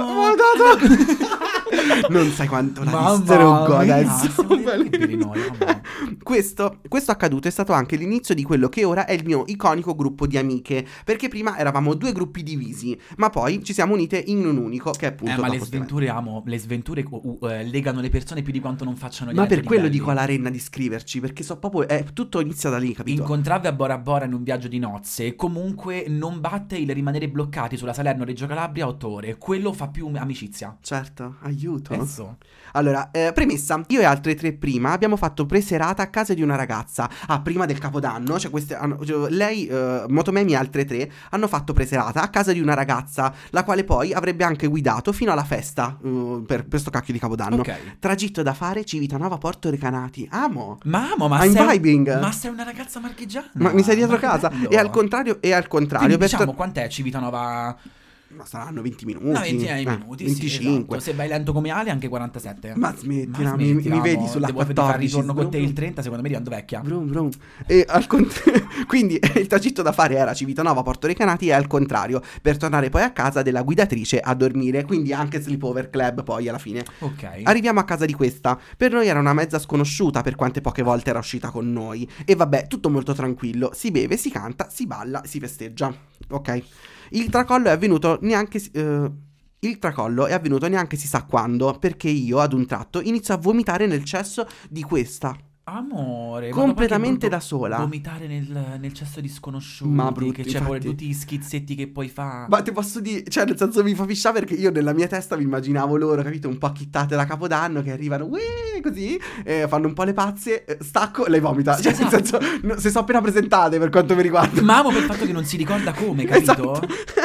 Non sai quanto la Mamma distruggo mia, adesso. stiamo terribili noi, mamma. Questo accaduto è stato anche l'inizio di quello che ora è il mio iconico gruppo di amiche, perché prima eravamo 2 gruppi divisi, ma poi ci siamo unite in un unico, che è appunto Ma le dopo ste sventure amo, le sventure legano le persone più di quanto non facciano gli Ma altri per quello livelli. dico alla Renna di scriverci, perché so proprio, tutto inizia da lì, capito? Incontrarvi a Bora Bora in un viaggio di nozze comunque non batte il rimanere bloccati sulla Salerno-Reggio Calabria 8 ore. Quello fa più amicizia. Certo, aiuto. Penso. Allora, premessa, io e altre 3 prima abbiamo fatto preserata a casa di una ragazza, prima del Capodanno, cioè lei, Motomemi e altre 3 hanno fatto preserata a casa di una ragazza, la quale poi avrebbe anche guidato fino alla festa, per sto cacchio di Capodanno. Ok. Tragitto da fare Civitanova Porto Recanati, amo! Ma I'm vibing. Ma sei una ragazza marchigiana. Ma mi sei dietro Ma che casa? bello. E al contrario, Quindi per diciamo quant'è Civitanova? Ma saranno 20 minuti. No, 20 minuti, 25. Sì, esatto. Se vai lento come Ale, anche 47. Ma smettila, mi vedi sulla devo 14. fare ritorno con te il 30, secondo me divento vecchia. Brum. E quindi il tragitto da fare era Civitanova, Porto Recanati e al contrario, per tornare poi a casa della guidatrice a dormire, quindi anche sleepover club poi alla fine. Ok. Arriviamo a casa di questa. Per noi era una mezza sconosciuta per quante poche volte era uscita con noi. E vabbè, tutto molto tranquillo. Si beve, si canta, si balla, si festeggia. Ok. Il tracollo è avvenuto neanche si sa quando, perché io ad un tratto inizio a vomitare nel cesso di questa. Amore, completamente ma da sola. Vomitare nel cesso di sconosciuti. Ma brutti, che c'è poi infatti. tutti gli schizzetti che poi fa. Ma ti posso dire, cioè nel senso mi fa fisciare perché io nella mia testa mi immaginavo loro, capito, un po' chittate da Capodanno che arrivano, così, fanno un po' le pazze, stacco, lei vomita. Sì, Cioè esatto. nel senso, si sono appena presentate per quanto mi riguarda. Ma amo per il fatto che non si ricorda come, capito? Esatto.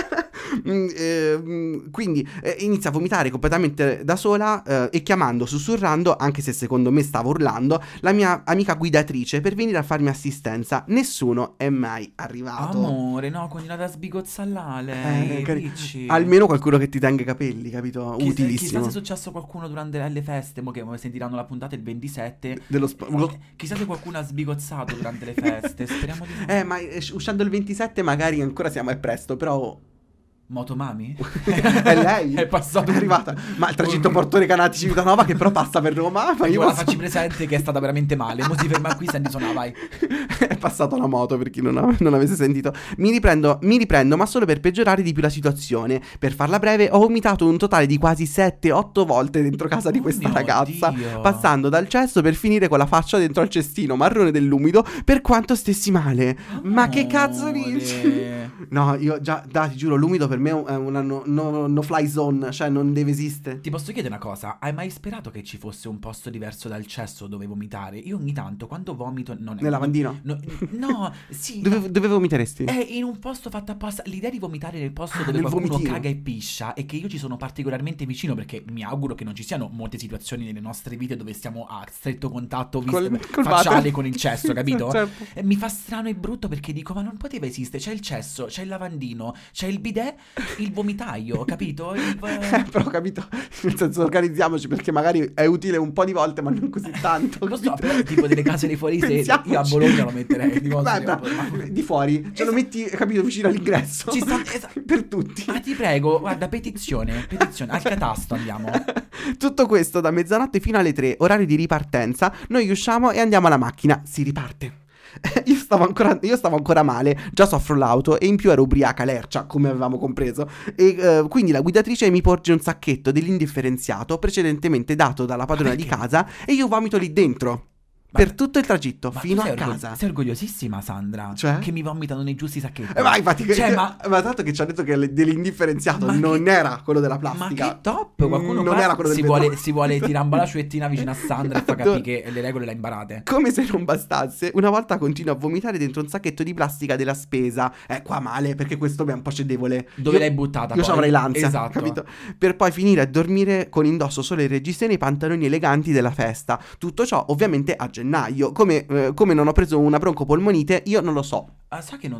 Quindi inizia a vomitare completamente da sola e chiamando, sussurrando, anche se secondo me stava urlando, la mia amica guidatrice per venire a farmi assistenza. Nessuno è mai arrivato. Amore, no, continuate a sbigozzallare. Dici. Almeno qualcuno che ti tenga i capelli, capito? Chissà Utilissimo. se è successo a qualcuno durante le feste, mo che sentiranno la puntata il 27. Dello Chissà se qualcuno ha sbigozzato durante le feste. Speriamo di no. ma uscendo il 27 magari ancora siamo è presto, però Motomami? è lei. È passato. È arrivata. Ma il tragitto Porto Recanati Civitanova che però passa per Roma. Ma io la facci presente che è stata veramente male. Mo si ferma qui, Sandy suona, vai. È passata la moto per chi non avesse sentito. Mi riprendo, ma solo per peggiorare di più la situazione. Per farla breve, ho vomitato un totale di quasi 7-8 volte dentro casa di questa Mio ragazza, Dio. passando dal cesso per finire con la faccia dentro al cestino marrone dell'umido, per quanto stessi male. Ma che cazzo dici? No, io già, ti giuro, l'umido per me è una no fly zone, cioè non deve esistere. Ti posso chiedere una cosa? Hai mai sperato che ci fosse un posto diverso dal cesso dove vomitare? Io ogni tanto quando vomito non è Nel lavandino? No, sì. Dove vomiteresti? È in un posto fatto apposta. L'idea di vomitare nel posto dove nel qualcuno vomitino. caga e piscia e che io ci sono particolarmente vicino, perché mi auguro che non ci siano molte situazioni nelle nostre vite dove stiamo a stretto contatto Col facciale water. con il cesso, capito? Certo. E mi fa strano e brutto perché dico, ma non poteva esistere. C'è il cesso, c'è il lavandino, c'è il bidet, il vomitaio, capito? Però capito, nel senso organizziamoci perché magari è utile un po' di volte ma non così tanto. Lo so, capito? però tipo delle case dei fuori sede, Pensiamoci. io a Bologna lo metterei di posto, Guarda, di fuori, ce Esatto. lo metti, capito, vicino all'ingresso. Ci sta, esatto. Per tutti. Ma ti prego, guarda, petizione, al catasto andiamo. Tutto questo da mezzanotte fino alle 3, orario di ripartenza. Noi usciamo e andiamo alla macchina. Si riparte. Io stavo ancora male, già soffro l'auto e in più ero ubriaca lercia, come avevamo compreso. E quindi la guidatrice mi porge un sacchetto dell'indifferenziato precedentemente dato dalla padrona di casa e io vomito lì dentro. Per tutto il tragitto, Ma fino tu a sei casa. sei orgogliosissima, Sandra? Cioè? Che mi vomitano nei giusti sacchetti. Ma infatti, Cioè, ma tanto che ci ha detto che dell'indifferenziato Ma non che- era quello della Ma plastica. che top! Qualcuno non qua era quello del vetro. si vuole tirare la ciuettina vicino a Sandra e fa capire che le regole le ha imparate. Come se non bastasse, una volta continuo a vomitare dentro un sacchetto di plastica della spesa. Qua male, perché questo è un po' cedevole. Dove l'hai buttata Io poi? ci avrei l'ansia, Esatto. capito? Per poi finire a dormire con indosso solo il reggiseno e i pantaloni eleganti della festa. Tutto ciò ovviamente a gennaio. Come non ho preso una broncopolmonite, io non lo so. Sa che non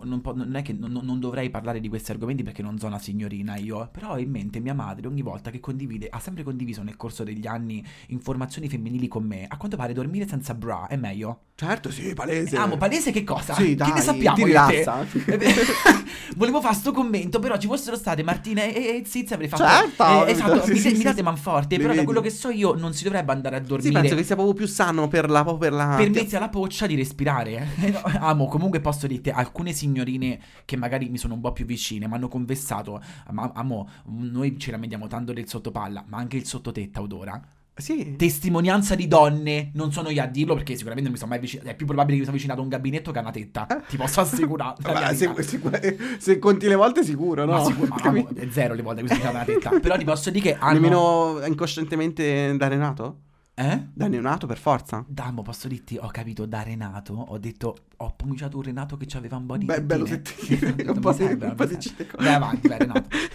è che non dovrei parlare di questi argomenti perché non sono una signorina io, però ho in mente mia madre ogni volta che ha sempre condiviso nel corso degli anni informazioni femminili con me. A quanto pare dormire senza bra è meglio. Certo, sì, palese. Amo, palese che cosa? Sì, Che dai, ne sappiamo ti di rilassa. te? Volevo fare sto commento, però ci fossero state Martina e Ziz avrei fatto. Certo, esatto, sì, mi sì, date sì. manforte, Le però da vedi. quello che so io non si dovrebbe andare a Sì, dormire. penso che sia proprio più sano per la Permetti alla poccia di respirare. No, amo, comunque posso dirti, alcune signorine che magari mi sono un po' più vicine mi hanno confessato, amo, noi ci lamentiamo tanto del sottopalla, ma anche il sottotetta odora. Sì. Testimonianza di donne, non sono io a dirlo perché sicuramente non mi sono mai avvicinato, è più probabile che mi sono avvicinato a un gabinetto che a una tetta, ti posso assicurare. la mia Vabbè, vita. se conti le volte sicuro, no? Ma sicuro, amo, è zero le volte che mi sono avvicinato a una tetta, però ti posso dire che hanno... Nemmeno incoscientemente da Renato? Eh? Da neonato per forza. Dammo, posso dirti, ho capito da Renato, ho detto, ho cominciato un Renato che aveva un po' di Beh, bello tettine. settile. Non un po' mi serve, di non mi serve. cicco. Vai avanti, vai Renato.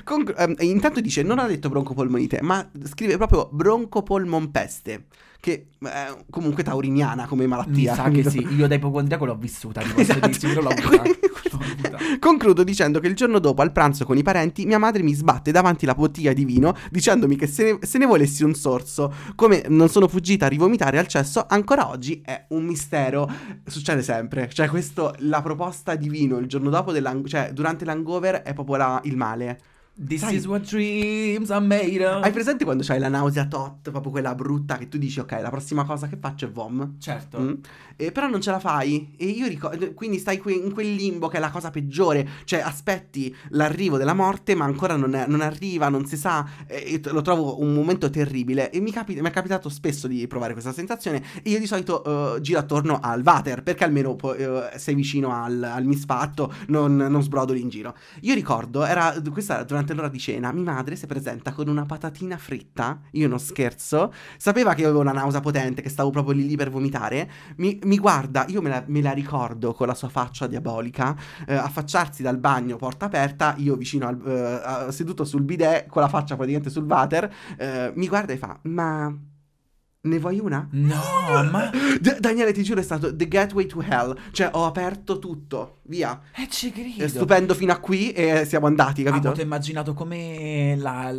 Intanto dice, non ha detto broncopolmonite, ma scrive proprio broncopolmonpeste, che è comunque tauriniana come Mi malattia. sa che sì, io da ipocondriaco l'ho vissuta, ti posso dire, sicuro l'ho avuta. L'ho avuta. Concludo dicendo che il giorno dopo, al pranzo con i parenti, mia madre mi sbatte davanti la bottiglia di vino dicendomi che se ne volessi un sorso. Come non sono fuggita a rivomitare al cesso, ancora oggi è un mistero. Succede sempre. Cioè, la proposta di vino il giorno dopo cioè, durante l'hangover è proprio il male. This Sai, is what dreams are made of. hai presente quando c'hai la nausea tot, proprio quella brutta, che tu dici, ok, la prossima cosa che faccio è vom? Certo. Però non ce la fai. E io ricordo, quindi stai in quel limbo che è la cosa peggiore. Cioè, aspetti l'arrivo della morte, ma ancora non arriva, non si sa. E lo trovo un momento terribile. E mi è capitato spesso di provare questa sensazione. E io di solito giro attorno al water, perché almeno sei vicino al misfatto, non sbrodoli in giro. Io ricordo, questa durante l'ora di cena, mia madre si presenta con una patatina fritta. Io non scherzo. Sapeva che avevo una nausea potente, che stavo proprio lì per vomitare. Mi guarda, io me la ricordo con la sua faccia diabolica, affacciarsi dal bagno, porta aperta, io vicino seduto sul bidet, con la faccia praticamente sul water, mi guarda e fa, ma ne vuoi una? No, ma... Daniele, ti giuro, è stato the gateway to hell. Cioè, ho aperto tutto, via. ci credo. È stupendo fino a qui e siamo andati, capito? Ho immaginato come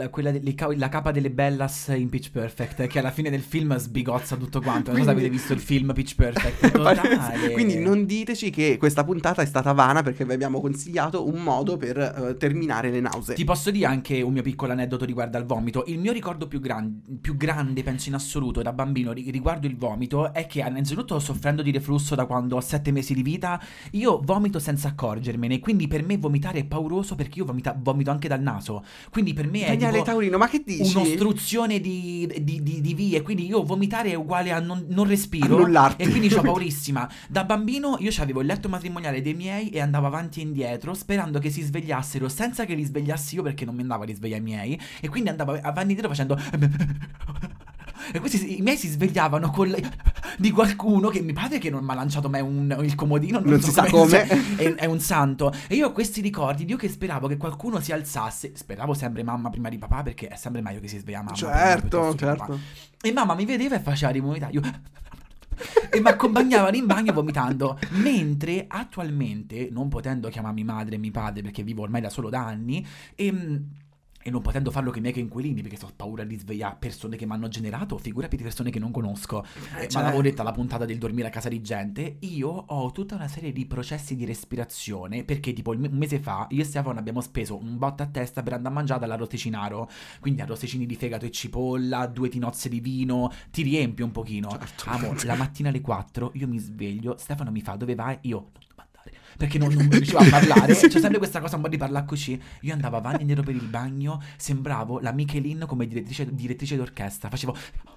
la capa delle Bellas in Pitch Perfect, che alla fine del film sbigozza tutto quanto. Non so se avete visto il film Pitch Perfect. Totale. Quindi non diteci che questa puntata è stata vana, perché vi abbiamo consigliato un modo per terminare le nausee. Ti posso dire anche un mio piccolo aneddoto riguardo al vomito. Il mio ricordo più grande, penso in assoluto, da bambino riguardo il vomito è che, innanzitutto, soffrendo di reflusso da quando ho 7 mesi di vita, io vomito senza accorgermene. Quindi per me vomitare è pauroso, perché io vomito anche dal naso. Quindi per me Daniele è tipo Taurino, ma che dici? un'ostruzione di vie. Quindi io vomitare è uguale a non respiro. Annullarti. E quindi c'ho paurissima. Da bambino io c'avevo il letto matrimoniale dei miei e andavo avanti e indietro sperando che si svegliassero senza che li svegliassi io, perché non mi andava a risvegliare i miei. E quindi andavo avanti e indietro facendo... E questi i miei si svegliavano di qualcuno che mi pare che non mi ha lanciato mai il comodino, non so si sa come. È un santo. E io ho questi ricordi di io che speravo che qualcuno si alzasse. Speravo sempre mamma prima di papà, perché è sempre meglio che si sveglia mamma. Certo. E mamma mi vedeva e faceva rivomitare. Io e mi accompagnavano in bagno vomitando. Mentre attualmente, non potendo chiamarmi madre e mio padre, perché vivo ormai da solo da anni, e non potendo farlo che i miei coinquilini, perché ho paura di svegliare persone che mi hanno generato, figurati di persone che non conosco. Ma l'avevo detta la puntata del dormire a casa di gente. Io ho tutta una serie di processi di respirazione, perché tipo un mese fa io e Stefano abbiamo speso un botto a testa per andare a mangiare dall'arrosticinaro. Quindi arrosticini di fegato e cipolla, 2 tinozze di vino, ti riempi un pochino. Certo. Amore, la mattina alle 4 io mi sveglio, Stefano mi fa: dove vai? Io... perché non riuscivo a parlare. C'è sempre questa cosa un po' di parlare così. Io andavo avanti e indietro per il bagno, sembravo la Michelin come direttrice d'orchestra. Facevo...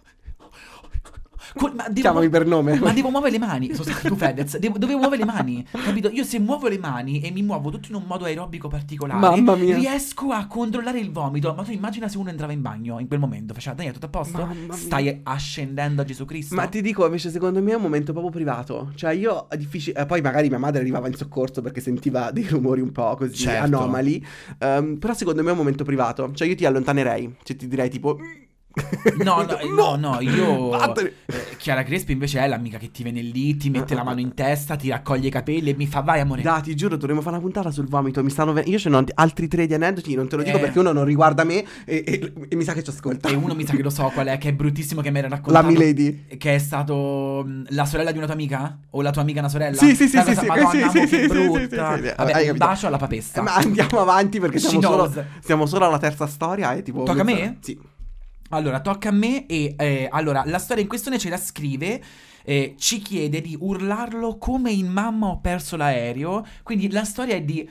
Chiamami per nome. Ma devo muovere le mani. Tu Fedez, dovevo muovere le mani, capito? Io se muovo le mani e mi muovo tutto in un modo aerobico particolare, mamma mia, riesco a controllare il vomito. Ma tu immagina se uno entrava in bagno in quel momento, faceva: Daniele, tutto a posto? Stai ascendendo a Gesù Cristo? Ma ti dico, invece, secondo me è un momento proprio privato. Cioè io è difficile. Poi magari mia madre arrivava in soccorso perché sentiva dei rumori un po' così, certo, anomali. Però secondo me è un momento privato. Cioè io ti allontanerei. Cioè ti direi tipo... No, io Chiara Crespi invece è l'amica che ti viene lì, ti mette la mano in testa, ti raccoglie i capelli e mi fa: vai amore. Dai, ti giuro, dovremmo fare una puntata sul vomito. Io ce n'ho altri 3 di aneddoti. Non te lo dico perché uno non riguarda me e mi sa che ci ascolta. E uno mi sa che lo so qual è, che è bruttissimo, che mi era raccontato. La Milady. Che è stato la sorella di una tua amica? O la tua amica una sorella? Sì. Madonna, che brutta. Sì. Vabbè, un bacio alla papessa. Ma andiamo avanti perché siamo solo alla terza storia e tipo... Tocca a me? Sì. Allora, tocca a me e allora, la storia in questione ce la scrive, ci chiede di urlarlo come in Mamma ho perso l'aereo, quindi la storia è di...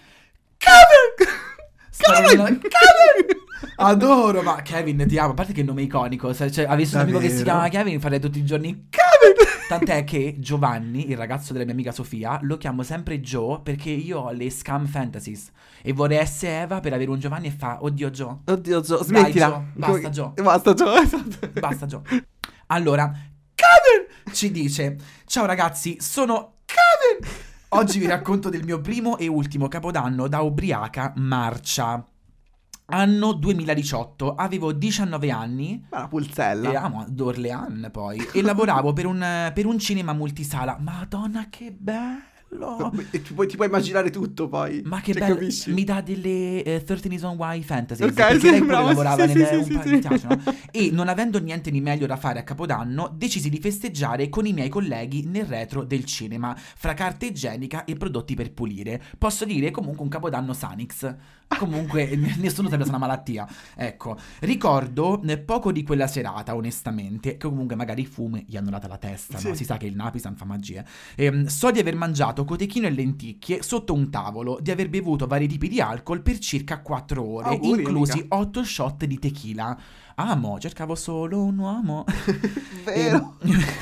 Kevin! Adoro, ma Kevin, ti amo, a parte che è il nome iconico, cioè, avessi un amico che si chiama Kevin, farei tutti i giorni Kevin! Tant'è che Giovanni, il ragazzo della mia amica Sofia, lo chiamo sempre Joe perché io ho le scam fantasies e vorrei essere Eva per avere un Giovanni e fa: oddio Joe, smettila. Dai, Joe. Basta Joe. Basta Joe. Allora, Kevin ci dice: ciao ragazzi, sono Kevin. Oggi vi racconto del mio primo e ultimo capodanno da ubriaca marcia. Anno 2018, avevo 19 anni. Ma la pulzella. Eravamo ad Orléans poi. E lavoravo per un cinema multisala. Madonna, che bello! E ti puoi immaginare tutto poi. Ma che Cioè, bello, capisci? mi dà delle 13 Reasons Why Fantasy. Ok, perché sì, lei pure bravo, lavorava sì, nelle sì, un sì, po', sì. mi piace, no? E non avendo niente di meglio da fare a Capodanno, decisi di festeggiare con i miei colleghi nel retro del cinema, fra carta igienica e prodotti per pulire. Posso dire comunque un Capodanno Sanix. Comunque nessuno si è preso una malattia. Ecco, ricordo poco di quella serata, onestamente, che comunque magari i fumi gli hanno data la testa, no? Sì. Si sa che il Napisan fa magie. So di aver mangiato cotechino e lenticchie sotto un tavolo, di aver bevuto vari tipi di alcol per circa 4 ore, Auguri, inclusi amica. 8 shot di tequila. Amo, cercavo solo un uomo. Vero?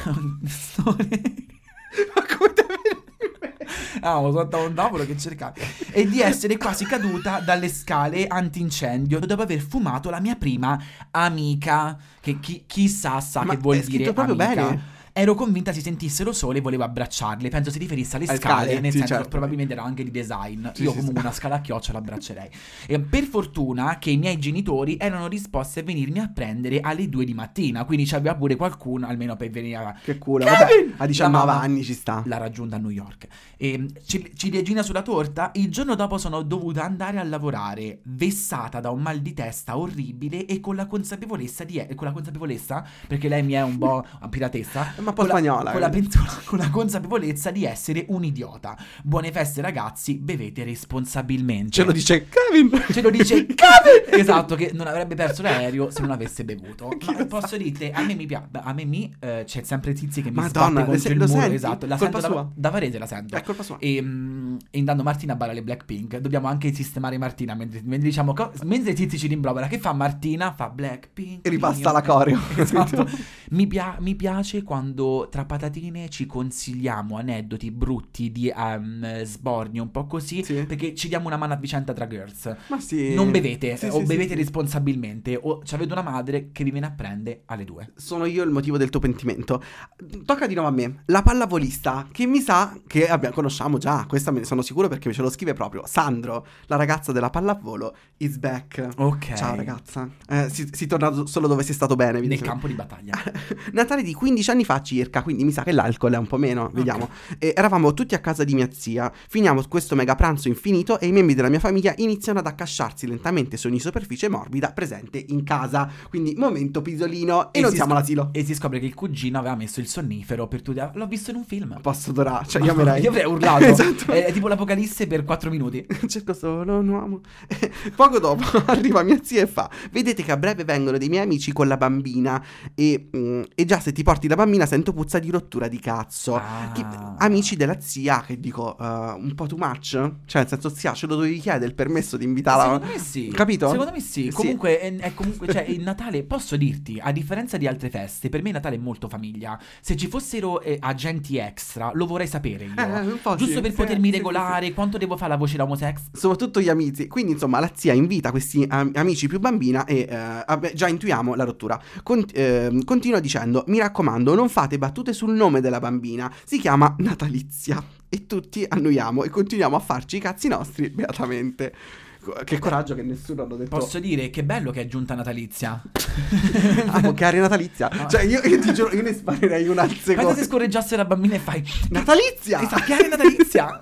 Ma come te sotto un tavolo che cercavi. E di essere quasi caduta dalle scale antincendio dopo aver fumato la mia prima amica. Che chissà sa Ma che vuol è scritto dire proprio amica. bene. Ero convinta si sentissero sole e volevo abbracciarle. Penso si riferisse alle Alle scale, scale, nel sì, senso certo. probabilmente era anche di design. Sì, Io sì, comunque sì. una scala a chioccia l'abbraccerei. E per fortuna che i miei genitori erano disposti a venirmi a prendere alle 2 di mattina. Quindi c'aveva pure qualcuno, almeno per venire Che culo. Kevin! Vabbè, a La 19 mamma anni ci sta. l'ha raggiunta a New York. E ciliegina sulla torta, il giorno dopo sono dovuta andare a lavorare, vessata da un mal di testa orribile e con la consapevolezza perché lei mi è un po' piratessa, Ma un po' con la- spagnola, con la, quindi. con la consapevolezza di essere un idiota. Buone feste ragazzi, bevete responsabilmente. Ce lo dice Kevin. Ce lo dice Kevin! Esatto, che non avrebbe perso l'aereo se non avesse bevuto. Chi Ma lo posso dirti, a me mi piace. C'è sempre Tizi che mi Madonna, sbatte contro il lo muro. senti? Esatto, la Colpa sento sua. da Varese, la sento. È colpa sua. E intanto Martina balla le Blackpink. Dobbiamo anche sistemare Martina mentre diciamo mentre Tizi ci rimprovera. Che fa Martina? Fa Blackpink. E ripassa la coreo. Esatto. Mi piace quando tra patatine ci consigliamo aneddoti brutti di sborni, un po' così, Sì. perché ci diamo una mano a vicenda tra girls. Ma sì. Non bevete, Sì, o sì, bevete sì. responsabilmente, o avete una madre che vi viene a prendere alle 2. Sono io il motivo del tuo pentimento. Tocca di nuovo a me. La pallavolista, che mi sa che conosciamo già. Questa me ne sono sicuro perché ce lo scrive proprio Sandro, la ragazza della pallavolo, is back. Ok. Ciao ragazza. Si torna solo dove si è stato bene. Nel evidentemente. campo di battaglia. Natale di 15 anni fa circa, quindi mi sa che l'alcol è un po' meno, vediamo. E eravamo tutti a casa di mia zia, finiamo questo mega pranzo infinito e i membri della mia famiglia iniziano ad accasciarsi lentamente su ogni superficie morbida presente in casa. Quindi momento pisolino e non siamo all'asilo. E si scopre che il cugino aveva messo il sonnifero per tutti. L'ho visto in un film. Posso adorare, cioè io avrei urlato. Esatto. È tipo l'apocalisse per 4 minuti. Cerco solo un uomo. Poco dopo arriva mia zia e fa: vedete che a breve vengono dei miei amici con la bambina. E già se ti porti la bambina sento puzza di rottura di cazzo. Amici della zia, che dico un po' too much. Cioè nel senso, zia, ce lo dovevi chiedere il permesso di invitarla. Secondo me sì. Capito? Secondo me sì. Sì. Comunque, è comunque, cioè, il Natale, posso dirti, a differenza di altre feste, per me il Natale è molto famiglia. Se ci fossero agenti extra, lo vorrei sapere io. Un po' Giusto sì, per sì, potermi sì, regolare, sì. quanto devo fare la voce da homosex? Soprattutto gli amici. Quindi insomma la zia invita questi amici più bambina e già intuiamo la rottura. Continua dicendo: mi raccomando, non fate battute sul nome della bambina, si chiama Natalizia. E tutti annuiamo e continuiamo a farci i cazzi nostri beatamente. Che coraggio che nessuno hanno detto. Posso dire che bello che è giunta natalizia. Che aria natalizia. Cioè io ti giuro, io ne sparerei una al Pensa secondo. se scorreggiasse la bambina e fai Natalizia! Esatto, che aria natalizia.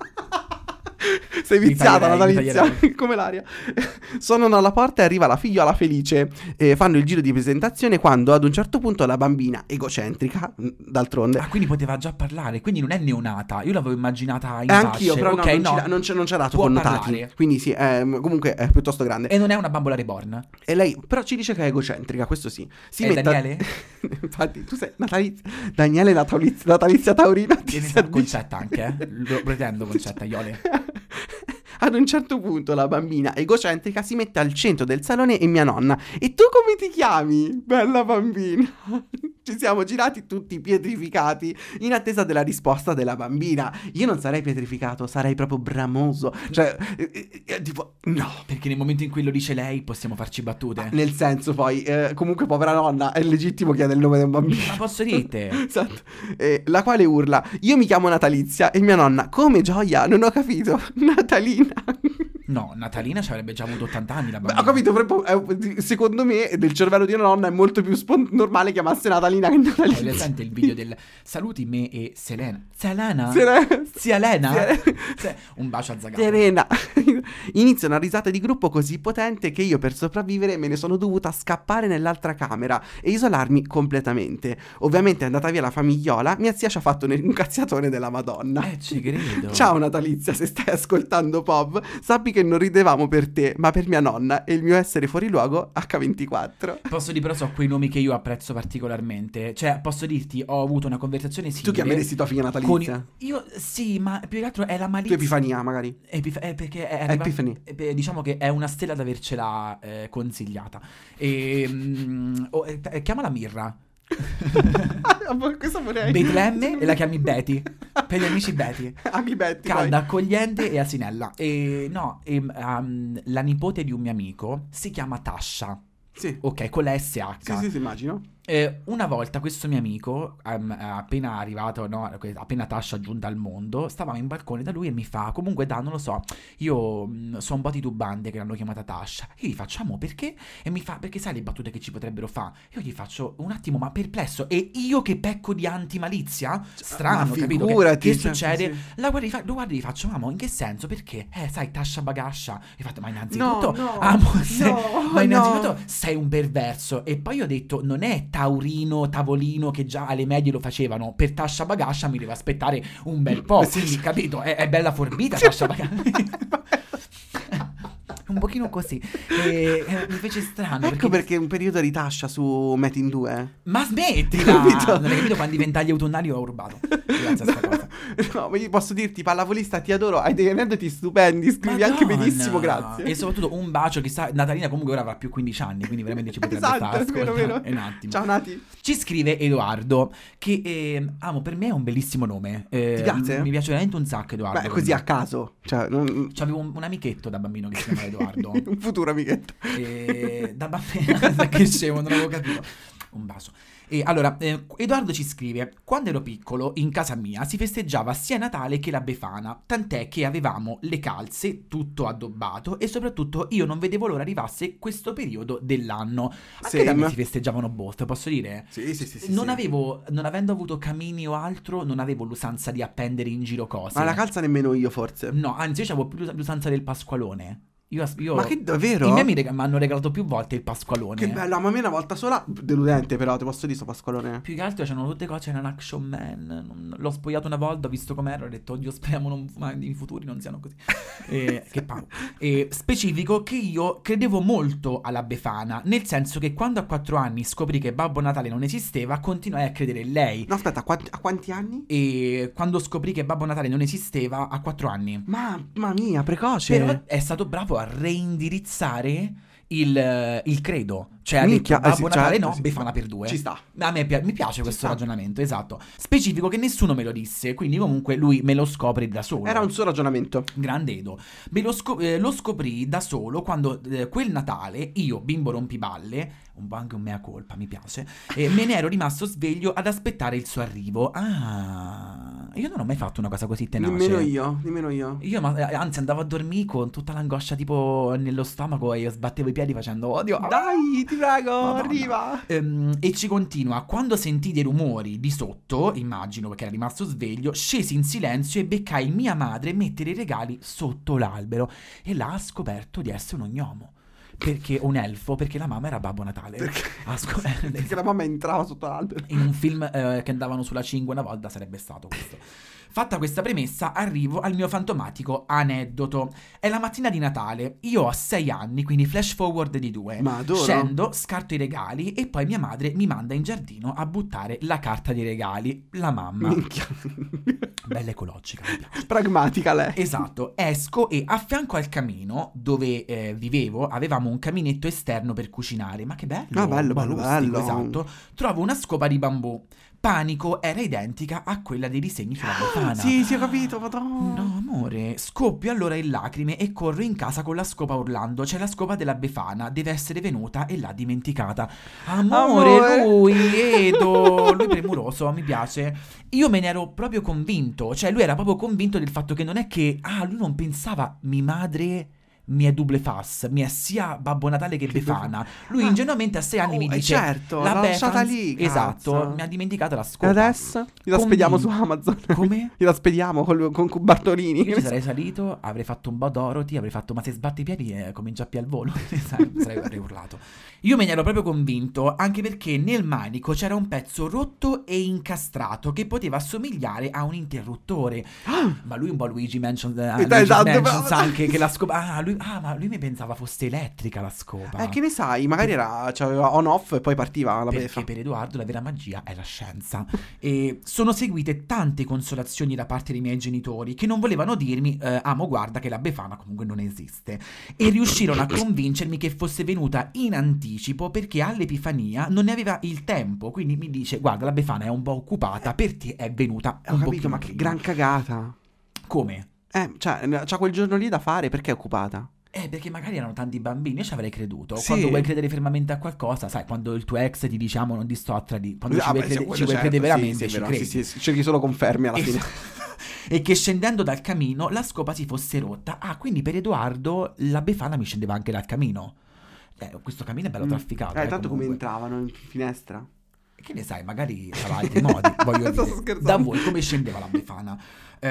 Sei viziata, Mi Natalizia, taglierei. come l'aria. Suonano alla porta e arriva la figliola felice. Fanno il giro di presentazione quando ad un certo punto la bambina, egocentrica, d'altronde. Ah, quindi poteva già parlare, quindi non è neonata. Io l'avevo immaginata in Anch'io, fasce. però Ok, non ci ha dato Può connotati. parlare. Quindi sì, comunque è piuttosto grande. E non è una bambola reborn. E lei però ci dice che è egocentrica, questo sì. Si È mette Daniele? Infatti, tu sei Daniele Natalizia Taurina. Che ne sa, Concetta anche, Lo pretendo Concetta, Iole. Ad un certo punto la bambina egocentrica si mette al centro del salone e mia nonna: e tu come ti chiami, bella bambina? Ci siamo girati tutti pietrificati in attesa della risposta della bambina. Io non sarei pietrificato, sarei proprio bramoso. Cioè, tipo, no. Perché nel momento in cui lo dice lei possiamo farci battute. Nel senso poi, comunque povera nonna, è legittimo chiedere il nome del bambino. Ma posso dirte? Esatto. La quale urla: io mi chiamo Natalizia. E mia nonna: come gioia? Non ho capito. Natalina. No, Natalina ci avrebbe già avuto 80 anni la Beh, bambina. ho capito, secondo me nel cervello di una nonna è molto più normale chiamarsi Natalina che Hai Natalina. presente il video del saluti me e Selena? Selena? Serena. Zia Elena? Serena. Un bacio a Zagato. Serena. Inizia una risata di gruppo così potente che io per sopravvivere me ne sono dovuta scappare nell'altra camera e isolarmi completamente. Ovviamente è andata via la famigliola, mia zia ci ha fatto un cazziatone della Madonna. Ci credo. Ciao Natalizia, se stai ascoltando Pop, sappi che non ridevamo per te, ma per mia nonna e il mio essere fuori luogo H24. Posso dire, però so quei nomi che io apprezzo particolarmente. Cioè, posso dirti, ho avuto una conversazione simile. Tu chiameresti tua figlia con Natalizia? io sì, ma più che altro è la Tu malizia. Epifania magari? Perché è arrivata- Epiphany. diciamo che è una stella ad avercela consigliata. Chiamala Mirra. Questo vorrei. Betlemme e la chiami Betty. Per gli amici Betty. Agli Betty, Calda, vai. accogliente e asinella. La nipote di un mio amico si chiama Tasha. Sì. Ok, con la SH. Sì, immagino. Una volta questo mio amico, appena arrivato, no, appena Tasha giunta al mondo, stavamo in balcone da lui e mi fa, comunque non lo so, io so un po' titubante che l'hanno chiamata Tasha. Io gli facciamo perché? E mi fa, perché sai le battute che ci potrebbero fare? Io gli faccio un attimo, ma perplesso, e io che pecco di antimalizia? Strano, ma capito? figurati, Che cioè, succede? sì. Lo guardi e gli faccio, mamma, in che senso? Perché? Sai, Tasha Bagascia. Io ho fatto, ma innanzitutto, ma innanzitutto sei un perverso. E poi ho detto, non è taurino, tavolino, che già alle medie lo facevano. Per Tasha Bagascia mi devo aspettare un bel po'. Quindi, capito? È bella forbita Tasha Bagascia. Un pochino così. Mi fece strano. Ecco perché un periodo di Tasha su Metin 2. Ma smettila! Capito? Non hai capito quando i ventagli autunnali ho rubato. Grazie a sta cosa. No, ma io posso dirti, pallavolista, ti adoro, hai degli aneddoti stupendi, scrivi anche Madonna. benissimo, grazie. E soprattutto un bacio, chissà, Natalina comunque ora avrà più 15 anni, quindi veramente ci potrebbe Esatto, stare è vero, ascoltando. vero. Un attimo. Ciao Nati. Ci scrive Edoardo, che amo, per me è un bellissimo nome. Ti piace? Mi piace veramente un sacco Edoardo. Beh, così a caso. Cioè, C'avevo un amichetto da bambino che si chiamava Edoardo. un futuro amichetto. Da bambino che scemo, non avevo capito. Un bacio. E allora, Edoardo ci scrive: quando ero piccolo, in casa mia si festeggiava sia Natale che la Befana, tant'è che avevamo le calze, tutto addobbato, e soprattutto io non vedevo l'ora arrivasse questo periodo dell'anno. Anche da me si festeggiavano both, posso dire? Sì. Non avendo avuto camini o altro, non avevo l'usanza di appendere in giro cose. Ma la calza nemmeno io, forse. No, anzi, io avevo più l'usanza del Pasqualone. Io Ma che davvero? I miei amici mi hanno regalato più volte il Pasqualone. Che bello, ma a me una volta sola. Deludente, però, ti posso dire, sto Pasqualone. Più che altro c'erano tutte cose, c'era un Action Man. L'ho spogliato una volta, ho visto com'era, ho detto, oddio, speriamo i futuri non siano così. Che paura. Specifico che io credevo molto alla Befana, nel senso che quando a 4 anni scoprì che Babbo Natale non esisteva, continuai a credere in lei. No, aspetta, a quanti anni? E quando scoprì che Babbo Natale non esisteva, a 4 anni. Mamma mia, precoce. Però è stato bravo a reindirizzare il credo. Cioè Minchia, ha detto Babbo Natale certo, no, sì. Befana per 2. Ci sta. A me mi piace questo sta. ragionamento, esatto. Specifico che nessuno me lo disse, quindi comunque lui me lo scopre da solo. Era un suo ragionamento. Grande Edo. Lo scoprì da solo quando quel Natale io, bimbo rompiballe, un po' anche un mea colpa, mi piace, me ne ero rimasto sveglio ad aspettare il suo arrivo. Io non ho mai fatto una cosa così tenace. Nemmeno io. Io anzi andavo a dormire con tutta l'angoscia tipo nello stomaco e io sbattevo i piedi facendo odio. Dai, ti prego, Madonna. arriva. E ci continua. Quando sentì dei rumori di sotto, immagino perché era rimasto sveglio, scesi in silenzio e beccai mia madre mettere i regali sotto l'albero. E là ha scoperto di essere un gnomo. Perché un elfo, perché la mamma era Babbo Natale. Perché la mamma entrava sotto l'albero. In un film che andavano sulla 5 una volta sarebbe stato questo. Fatta questa premessa, arrivo al mio fantomatico aneddoto. È la mattina di Natale, io ho 6 anni, quindi flash forward di 2. Ma adoro. Scendo, scarto i regali e poi mia madre mi manda in giardino a buttare la carta dei regali. La mamma. Minchia. Bella ecologica, mi piace. Pragmatica lei. Esatto, esco e a fianco al camino dove vivevo avevamo un caminetto esterno per cucinare. Ma che bello! Ah, bello, rustico, esatto. Trovo una scopa di bambù. Panico, era identica a quella dei disegni sulla Befana. Sì, ho capito, madonna. No, amore, scoppio allora in lacrime e corro in casa con la scopa urlando. C'è la scopa della Befana, deve essere venuta e l'ha dimenticata. Amore. Lui, Edo, lui premuroso, mi piace. Io me ne ero proprio convinto, cioè lui era proprio convinto del fatto che non è che, lui non pensava, mia madre mi è double fas, mi è sia Babbo Natale che Befana. Lui Ah. ingenuamente a 6 anni mi dice certo, la l'ho lasciata Befana, lì, esatto, cazzo. mi ha dimenticato la E scopa. adesso gliela spediamo su Amazon. Come? Gliela spediamo con Bartolini. Io ci sarei salito, avrei fatto un po' Dorothy, avrei fatto ma se sbatti i piedi comincia a più al volo. Avrei urlato. Io me ne ero proprio convinto, anche perché nel manico c'era un pezzo rotto e incastrato che poteva assomigliare a un interruttore. Ma lui un po' Luigi Mansion, esatto, anche che la scopa. Ma lui mi pensava fosse elettrica la scopa. Che ne sai, magari c'aveva on off e poi partiva la Perché befa. per Edoardo la vera magia è la scienza. E sono seguite tante consolazioni da parte dei miei genitori che non volevano dirmi amo guarda che la Befana comunque non esiste, e riuscirono a convincermi che fosse venuta in anticipo perché all'Epifania non ne aveva il tempo, quindi mi dice guarda la Befana è un po' occupata, per te è venuta Ho un capito, pochino ma che prima. gran cagata. Come? C'ha quel giorno lì da fare, perché è occupata? Perché magari erano tanti bambini, io ci avrei creduto. Sì. Quando vuoi credere fermamente a qualcosa, sai, quando il tuo ex ti dice non ti sto a tradire, quando ci vuoi, Quello ci vuoi certo, credere veramente, sì, ci vero, credi. sì, cerchi solo confermi alla fine. E che scendendo dal camino la scopa si fosse rotta. Quindi per Edoardo la Befana mi scendeva anche dal camino. Questo camino è bello trafficato. Tanto come comunque. entravano in finestra? Che ne sai, magari c'era altri modi, voglio Sto dire. scherzando. Da voi come scendeva la Befana?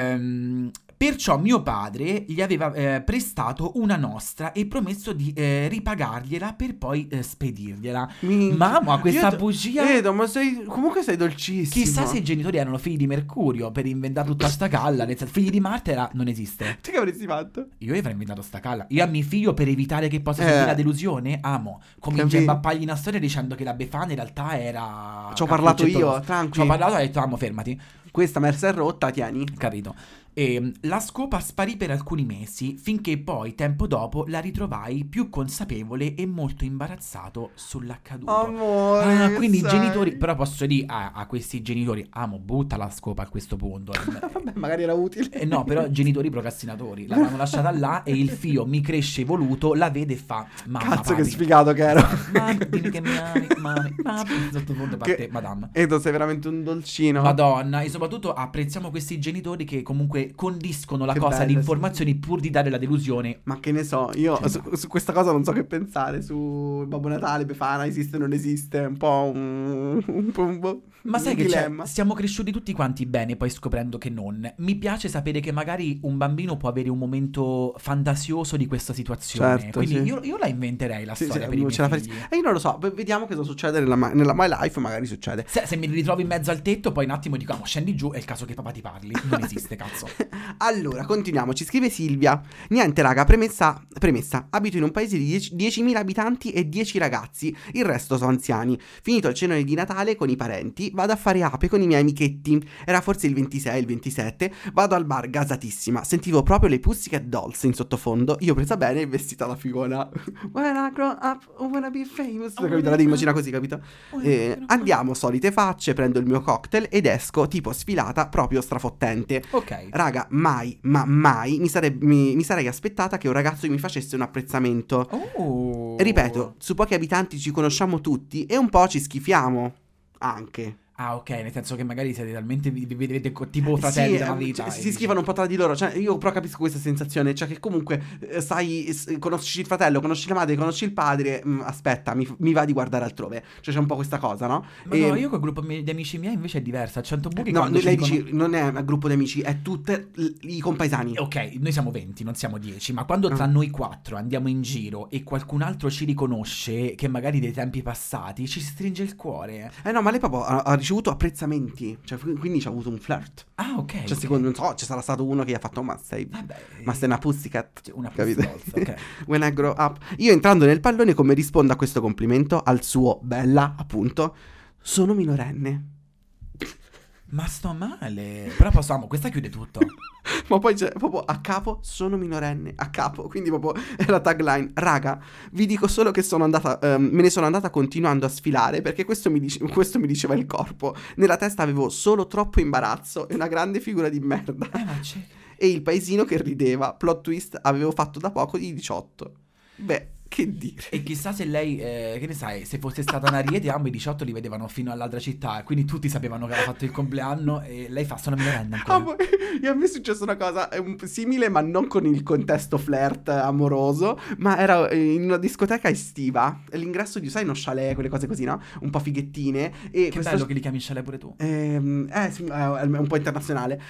Perciò mio padre gli aveva prestato una nostra e promesso di ripagargliela per poi spedirgliela. Mamma, questa bugia... Vedo, ma comunque sei dolcissimo. Chissà se i genitori erano figli di Mercurio per inventare tutta sta calla. Nel senso, figli di Marte non esiste. Tu che avresti fatto? Io avrei inventato sta calla. Io a mio figlio per evitare che possa subire la delusione, amo. Comincia a Capì? imbappargli una storia dicendo che la Befana in realtà era... Ci ho parlato Cappuccetto io, Rosso. tranqui. Ci ho parlato e ho detto, amo, fermati. Questa merce è rotta, tieni. Capito. E la scopa sparì per alcuni mesi, finché poi, tempo dopo, la ritrovai più consapevole e molto imbarazzato sull'accaduto. Amore, Quindi i sai. genitori, però posso dire a questi genitori, amo, butta la scopa a questo punto. Vabbè, magari era utile. No, però genitori procrastinatori, l'avevano lasciata là e il figlio mi cresce voluto, la vede e fa, mamma, Cazzo, che papi, sfigato che ero. mamma, dimmi che mi ami, mami, sottofondo parte, madame. Edo, sei veramente un dolcino. Madonna, e soprattutto apprezziamo questi genitori che comunque condiscono la Che cosa di bello, informazioni pur di dare la delusione. Ma che ne so, io su questa cosa non so che pensare. Su Babbo Natale, Befana, esiste o non esiste. Un po' un Ma sai che dilemma. siamo cresciuti tutti quanti bene, poi scoprendo che non. Mi piace sapere che magari un bambino può avere un momento fantasioso di questa situazione. Certo, Quindi sì. io la inventerei la Sì, storia sì, per i miei ce la faresti. figli. E io non lo so, vediamo cosa succede nella My Life, magari succede. Se mi ritrovo in mezzo al tetto, poi un attimo dico, scendi giù, è il caso che papà ti parli. Non esiste, cazzo. Allora, continuiamo. Ci scrive Silvia. Niente, raga, premessa. Abito in un paese di 10.000 abitanti e 10 ragazzi. Il resto sono anziani. Finito il cenone di Natale con i parenti, vado a fare ape con i miei amichetti. Era forse il 26, il 27. Vado al bar gasatissima. Sentivo proprio le Pussycat Dolls in sottofondo. Io presa bene e vestita da figona. When I grow up, I wanna be famous. Capito? La devi immaginare così, capito? Andiamo, solite facce. Prendo il mio cocktail ed esco tipo sfilata, proprio strafottente. Ok. Raga, mai mi sarei aspettata che un ragazzo mi facesse un apprezzamento. Oh. Ripeto, su pochi abitanti ci conosciamo tutti e un po' ci schifiamo anche. Ok, nel senso che magari siete talmente vi vedete tipo fratelli della vita. Cioè, si schifano un po' tra di loro. Cioè, io però capisco questa sensazione. Cioè, che comunque conosci il fratello, conosci la madre, conosci il padre. Aspetta, mi va di guardare altrove. Cioè, c'è un po' questa cosa, no? Ma no, io col gruppo di amici miei invece è diversa. 100 buchi No, quando lei ci dicono... dici, non è un gruppo di amici, è tutti i compaesani. Ok, noi siamo 20, non siamo 10, ma quando tra noi 4 andiamo in giro e qualcun altro ci riconosce, che magari dei tempi passati, ci stringe il cuore. No, ma lei proprio ha ricevuto apprezzamenti. Cioè, quindi c'ha avuto un flirt. Ah, ok. Cioè, ok. secondo, non so, ci sarà stato uno che gli ha fatto, ma sei una pussycat. Una Capito? pussycat, ok. When I grow up. Io entrando nel pallone, come rispondo a questo complimento? Al suo bella, appunto, sono minorenne. Ma sto male. Però possiamo, questa chiude tutto. Ma poi c'è proprio a capo, sono minorenne, a capo, quindi proprio è la tagline. Raga, vi dico solo che me ne sono andata continuando a sfilare perché questo mi diceva il corpo. Nella testa avevo solo troppo imbarazzo e una grande figura di merda. Ma c'è... E il paesino che rideva, plot twist, avevo fatto da poco di 18. Beh, Che dire? E chissà se lei, che ne sai, se fosse stata una Ariete, ambos i 18 li vedevano fino all'altra città, quindi tutti sapevano che aveva fatto il compleanno e lei fa, sono minorenne ancora. A me è successa una cosa simile, ma non con il contesto flirt amoroso, ma era in una discoteca estiva, l'ingresso di, sai, uno chalet, quelle cose così, no? Un po' fighettine. E Che bello che li chiami chalet pure tu. Sì, è un po' internazionale.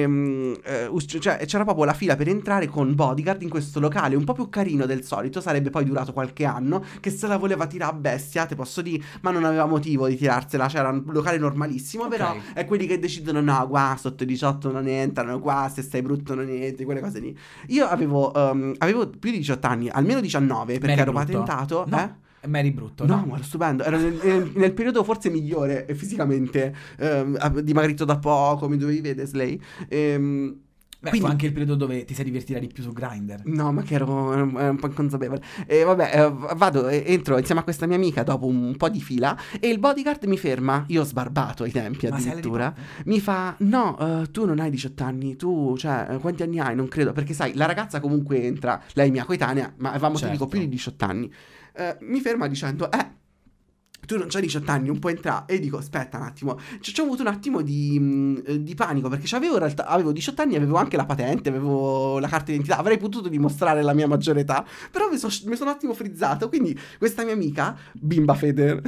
Cioè, c'era proprio la fila per entrare con bodyguard in questo locale un po' più carino del solito, sarebbe poi durato qualche anno, che se la voleva tirare a bestia, te posso dire, ma non aveva motivo di tirarsela, c'era un locale normalissimo, Ok. però è quelli che decidono, no, qua sotto i 18 non entrano, qua se stai brutto non entri, quelle cose lì. Io avevo più di 18 anni, almeno 19, perché Mary ero brutto. patentato, No, Mary brutto, No, no? ma era stupendo. Ero nel periodo forse migliore fisicamente, dimagrito da poco, mi dovevi vedere, Slay. Beh, Quindi- fu anche il periodo dove ti sei divertita di più su Grindr. No, ma che ero un po' inconsapevole. E vabbè, vado, entro insieme a questa mia amica dopo un po' di fila e il bodyguard mi ferma. Io ho sbarbato ai tempi Ma sei addirittura. alle Mi fa, no, tu non hai 18 anni, tu, cioè, quanti anni hai? Non credo, perché sai, la ragazza comunque entra, lei è mia coetanea, ma avevamo, ti dico, Certo. più di 18 anni. Mi ferma dicendo, tu non c'hai 18 anni, non puoi entrare. E dico, aspetta un attimo. Ci ho avuto un attimo di panico, perché c'avevo in realtà, avevo 18 anni, avevo anche la patente, avevo la carta d'identità, avrei potuto dimostrare la mia maggiore età, però mi sono un attimo frizzato. Quindi questa mia amica, bimba Feder,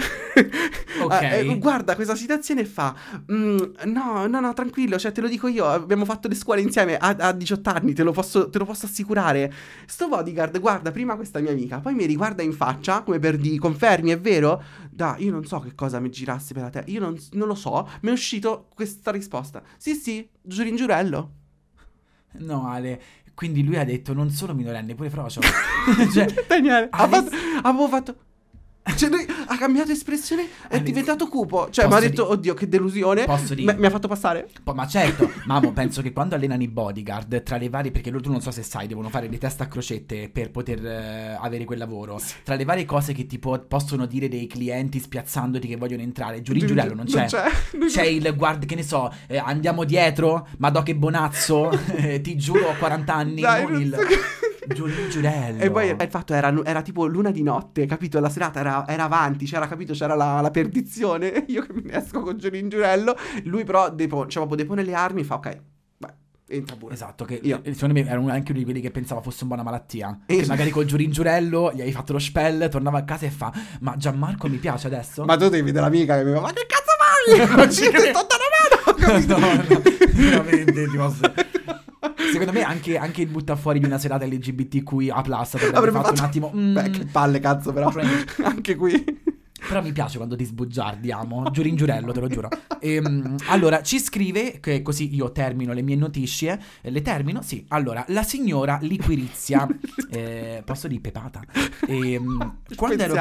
Ok. guarda questa situazione e fa, no, tranquillo, cioè te lo dico io, abbiamo fatto le scuole insieme a 18 anni, te lo posso assicurare. Sto bodyguard guarda prima questa mia amica, poi mi riguarda in faccia, come per dire, confermi, è vero? Io non so che cosa mi girassi per la testa, io non lo so, mi è uscito questa risposta. Sì, giuro in giurello. No, Ale. Quindi lui ha detto non solo minorenne, pure frocio. Cioè, Daniele, Alex- avevo fatto... Cioè lui ha cambiato espressione, è Alex- diventato cupo. Cioè mi ha Posso detto, oddio che delusione. Posso dire? Mi ha fatto passare. Ma certo, mamo, penso che quando allenano i bodyguard, tra le varie, perché loro tu non so se sai, devono fare le teste a crocette per poter avere quel lavoro. Tra le varie cose che ti possono dire dei clienti spiazzandoti che vogliono entrare, giurello non c'è. C'è il guard, che ne so, andiamo dietro, madò che bonazzo, ti giuro ho 40 anni, Dai, non non il... so Giurello. E poi il fatto era tipo luna di notte, capito? La serata era avanti, c'era la perdizione. E io che mi esco con Giulio Giurello. Lui però proprio depone le armi e fa, ok, vai, entra pure. Esatto, che Io. secondo me era anche uno di quelli che pensava fosse un buona malattia. E- Che magari col giurello gli hai fatto lo spell, tornava a casa e fa: ma Gianmarco mi piace adesso? Ma tu devi vedere l'amica che mi fa, ma che cazzo fai? Non ci credo. sto dando una mano, capito? No, veramente ti posso... Secondo me anche il butta fuori di una serata LGBTQIA+ avrebbe Avrebbe fatto un attimo... Beh, che palle cazzo però. Strange. Anche qui. Però mi piace quando ti sbugiardi, amo. Giurello, te lo giuro. Allora, ci scrive, che così io termino le mie notizie. Le termino? Sì. Allora, la signora Liquirizia, posso dire pepata? Quando ero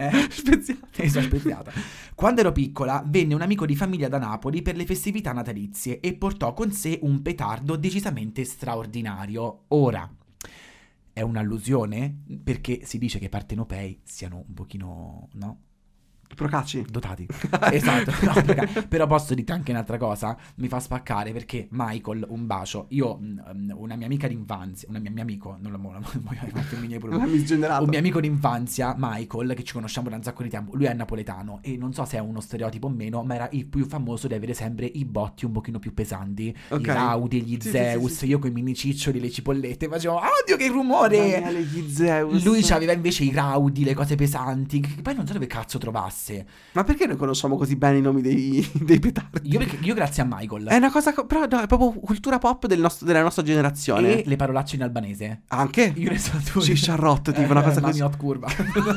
speziata. Quando ero piccola, venne un amico di famiglia da Napoli per le festività natalizie e portò con sé un petardo decisamente straordinario. Ora... è un'allusione perché si dice che i partenopei siano un pochino, no? Procacci. Dotati. Esatto. No, però posso dirti anche un'altra cosa, mi fa spaccare perché Michael, un bacio, io una mia amica d'infanzia, un mio amico, non la voglio Non l'ha misgenerato. un mio amico d'infanzia, Michael, che ci conosciamo da un sacco di tempo, lui è napoletano e non so se è uno stereotipo o meno, ma era il più famoso di avere sempre i botti un pochino più pesanti, Ok. i Raudi, gli Sì, Zeus, sì. io con i mini ciccioli, le cipollette, facevo, oddio che rumore! Daniele, gli Zeus. Lui aveva invece i Raudi, le cose pesanti, che poi non so dove cazzo trovasse. Ma perché noi conosciamo così bene i nomi dei petardi? Io grazie a Michael. È una cosa, però no, è proprio cultura pop della nostra generazione. E le parolacce in albanese. Anche? Io ne so due. Sì, Charlotte, tipo una cosa così. Mami hot curva.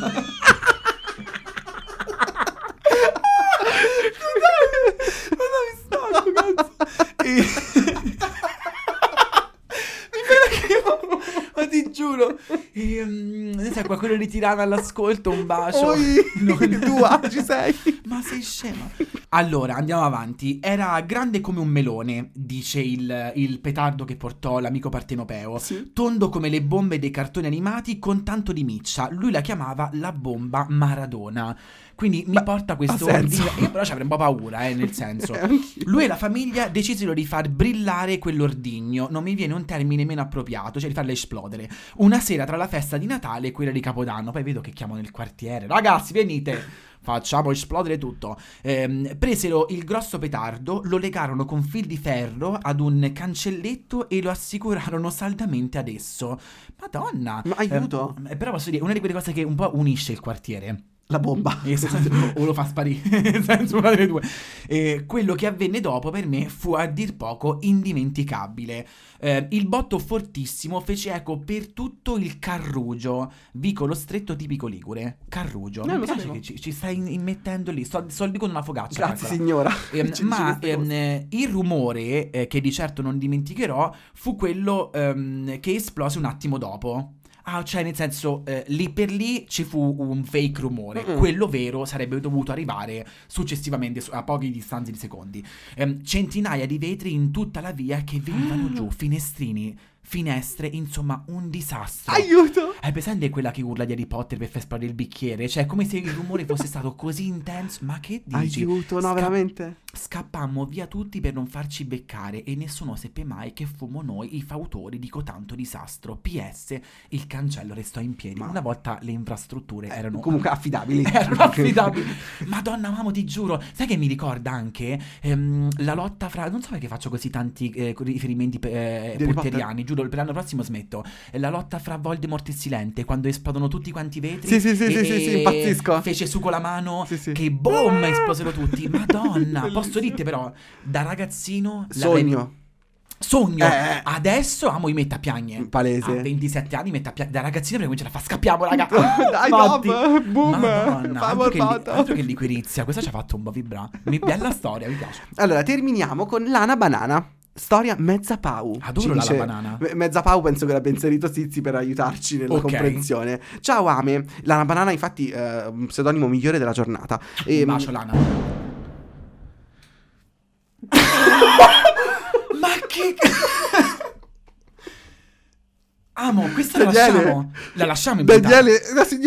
Ma ti giuro. Sai, qualcuno di Tirana all'ascolto, un bacio. Oi, ci sei. Ma sei scema. Allora, andiamo avanti. Era grande come un melone, dice il petardo che portò l'amico partenopeo. Sì. Tondo come le bombe dei cartoni animati con tanto di miccia. Lui la chiamava la bomba Maradona. Quindi mi porta questo ha senso. ordine. Io però ci avrei un po' paura, nel senso. Anch'io. Lui e la famiglia decisero di far brillare quell'ordigno. Non mi viene un termine meno appropriato, cioè di farla esplodere. esplodere. Una sera tra la festa di Natale e quella di Capodanno, poi vedo che chiamano il quartiere, ragazzi venite, facciamo esplodere tutto. Presero il grosso petardo, lo legarono con fil di ferro ad un cancelletto e lo assicurarono saldamente ad esso. Madonna! Ma aiuto! Però posso dire, una di quelle cose che un po' unisce il quartiere. La bomba. Esatto, o lo fa sparire, senza una delle due. Quello che avvenne dopo per me fu a dir poco indimenticabile. Il botto fortissimo fece eco per tutto il Carrugio, vicolo stretto tipico ligure. Carrugio, mi lo piace sapevo. che ci stai immettendo lì, soldi con una focaccia. Grazie calcola. signora. Ma il rumore che di certo non dimenticherò fu quello che esplose un attimo dopo. Ah, cioè nel senso, lì per lì ci fu un fake rumore. Quello vero sarebbe dovuto arrivare successivamente, a pochi distanze di secondi. Centinaia di vetri in tutta la via che venivano giù, finestrini, finestre, insomma un disastro. Aiuto! Hai presente quella che urla di Harry Potter per far esplodere il bicchiere? Cioè come se il rumore fosse stato così intenso. Ma che dici? Aiuto, no, veramente? Scappammo via tutti per non farci beccare e nessuno seppe mai che fummo noi i fautori di cotanto disastro. PS, il cancello restò in piedi. Una volta le infrastrutture erano Comunque affidabili. erano affidabili. Madonna, mamma, ti giuro. Sai che mi ricorda anche la lotta fra... Non so perché faccio così tanti riferimenti potteriani. Giuro, per l'anno prossimo smetto. La lotta fra Voldemort e Silente, quando esplodono tutti quanti i vetri. Sì, impazzisco. Fece su con la mano Sì. che boom, esplosero tutti. Madonna, posso dirti però, da ragazzino... Sogno. Sogno. Adesso amo i mettapiagne. Palese. A 27 anni mettapiagne. Da ragazzino prima cominciare a fare scappiamo, raga. Dai, Matti. Bob, boom. Madonna, Fa altro che liquirizia. Questa ci ha fatto un po' vibrare. Bella storia, mi piace. Allora, terminiamo con Lana Banana. Storia mezza pau. Adoro Ci Lana Banana. Mezza pau penso che l'abbia inserito Zizi per aiutarci nella comprensione. Ciao Ame. Lana Banana infatti pseudonimo migliore della giornata. Un bacio Lana. Ma che... Amo, questa Daniele, la lasciamo in puntata. Daniele,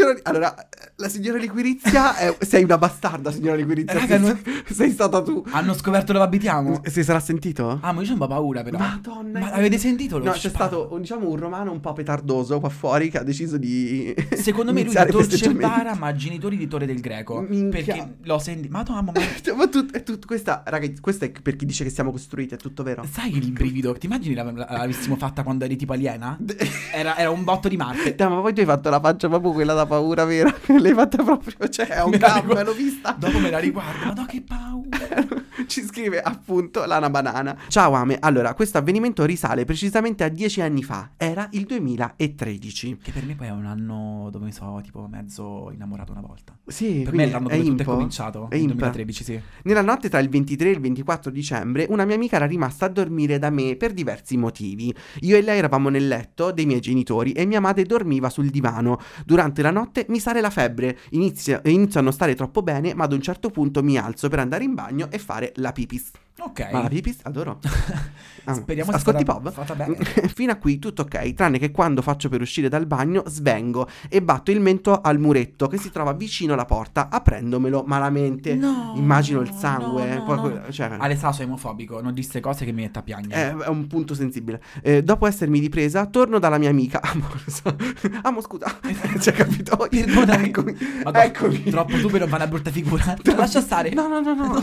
la signora Liquirizia sei una bastarda, signora Liquirizia. Raga, sei stata tu. Hanno scoperto dove abitiamo. Si sarà sentito? Amo, io c'ho un po' paura però. Madonna. Ma avete sentito lo No, c'è sparo? stato diciamo un romano un po' petardoso qua fuori che ha deciso di Secondo me lui iniziare Dolce festeggiamenti. Bara, ma genitori di Torre del Greco. Minchia. Perché l'ho sentito. Madonna, ma Ma questa, ragazzi, questa è per chi dice che siamo costruiti, è tutto vero. sai il brivido? Ti immagini l'avessimo fatta quando eri tipo aliena? Era un botto di Marte. Ma poi tu hai fatto la faccia proprio quella da paura vera. L'hai fatta proprio, cioè è un Me la cambio, riguardo- l'ho vista. Dopo me la riguardo. Madonna, che paura. Ci scrive appunto Lana Banana. Ciao Ame, allora questo avvenimento risale precisamente a 10 anni fa. Era il 2013. Che per me poi è un anno dove mi sono tipo mezzo innamorato una volta. Sì, Per me è quindi l'anno è dove tutto è impo. cominciato. È Nel imp. 2013, sì. Nella notte tra il 23 e il 24 dicembre una mia amica era rimasta a dormire da me per diversi motivi. Io e lei eravamo nel letto dei miei genitori e mia madre dormiva sul divano. Durante la notte mi sale la febbre, inizio a non stare troppo bene, ma ad un certo punto mi alzo per andare in bagno e fare la pipis. Ok. Ma la pipis? Adoro. Speriamo sia ascolti stata Pop. fatta bene. Fino a qui tutto ok, tranne che quando faccio per uscire dal bagno svengo e batto il mento al muretto che si trova vicino alla porta, aprendomelo malamente. No, Immagino il sangue. no, poi no. cioè, Alessandro è omofobico, non disse cose che mi mette a piangere. è un punto sensibile. Dopo essermi ripresa, torno dalla mia amica. Amo, scusa. Cioè, capito? Perdonami. Eccomi. Madonna, Eccomi. troppo tu per non fare una brutta figura. Lascia stare. No.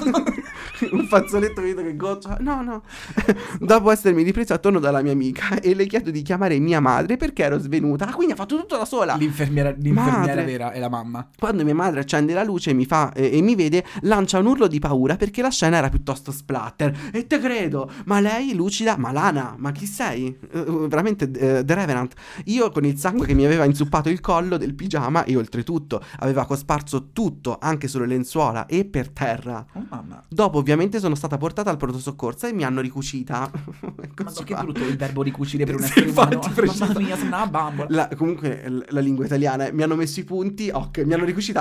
Un fazzoletto vedo che goccia. No. Dopo essermi ripresa, torno dalla mia amica e le chiedo di chiamare mia madre perché ero svenuta. Ah, quindi ha fatto tutto da sola. L'infermiera Madre. vera è la mamma. Quando mia madre accende la luce e mi vede, lancia un urlo di paura perché la scena era piuttosto splatter. E te credo, ma lei lucida, ma Lana, ma chi sei? Veramente The Revenant. Io con il sangue che mi aveva inzuppato il collo del pigiama e oltretutto aveva cosparso tutto, anche sulle lenzuola e per terra. Oh mamma. Dopo ovviamente sono stata portata al pronto soccorso e mi hanno ricucita. Ma che brutto il verbo ricucire per un Sì, essere umano. infatti, preciso. Mamma mia, sono una bambola. Comunque la lingua italiana, mi hanno messo i punti, ok, mi hanno ricucita.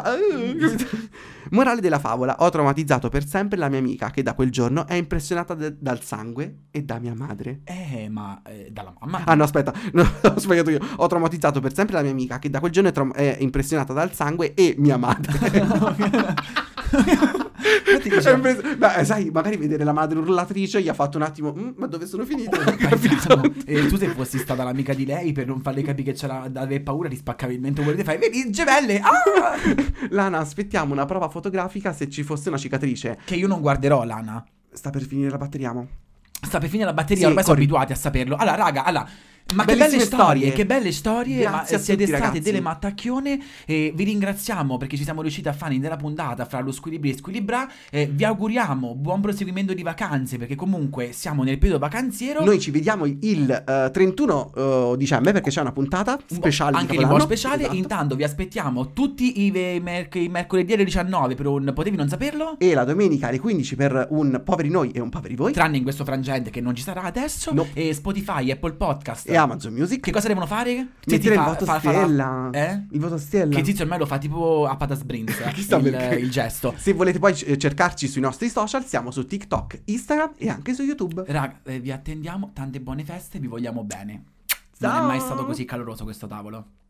Morale della favola, ho traumatizzato per sempre la mia amica che da quel giorno è impressionata dal sangue e da mia madre. Ma dalla mamma. Ah no, aspetta, no, ho sbagliato io. Ho traumatizzato per sempre la mia amica che da quel giorno è impressionata dal sangue e mia madre. Infatti dicevo, Beh, sai, magari vedere la madre urlatrice gli ha fatto un attimo, ma dove sono finite? Diciamo, Capito? e tu se fossi stata l'amica di lei, per non farle capire che c'era da avere paura, ti spaccavi il mento e fai, vedi, gemelle, ah! Lana, aspettiamo una prova fotografica se ci fosse una cicatrice. Che io non guarderò, Lana. Sta per finire la batteria, mo. Sta per finire la batteria, Sì, ormai sono corri. abituati a saperlo. Allora, raga, ma Bellissime storie. che belle storie, Grazie ma a siete tutti, state ragazzi. delle mattacchione e vi ringraziamo perché ci siamo riusciti a fare in della puntata fra lo squilibri e squilibra. Vi auguriamo buon proseguimento di vacanze perché comunque siamo nel periodo vacanziero. Noi ci vediamo il 31 dicembre perché c'è una puntata speciale di anche di Capodanno. buon speciale. Esatto. Intanto vi aspettiamo tutti i mercoledì alle 19 per un Potevi non saperlo. E la domenica alle 15 per un Poveri Noi e un Poveri Voi. Tranne in questo frangente che non ci sarà adesso. No. E Spotify, Apple Podcast E Amazon Music. Che cosa devono fare? Mettere il voto stella. Eh? Il voto stella. Che Tizio ormai lo fa tipo a patas Brins, Chissà perché. il gesto. Se volete poi cercarci sui nostri social, siamo su TikTok, Instagram e anche su YouTube. Raga, vi attendiamo, tante buone feste, vi vogliamo bene. Non Ciao. è mai stato così caloroso questo tavolo.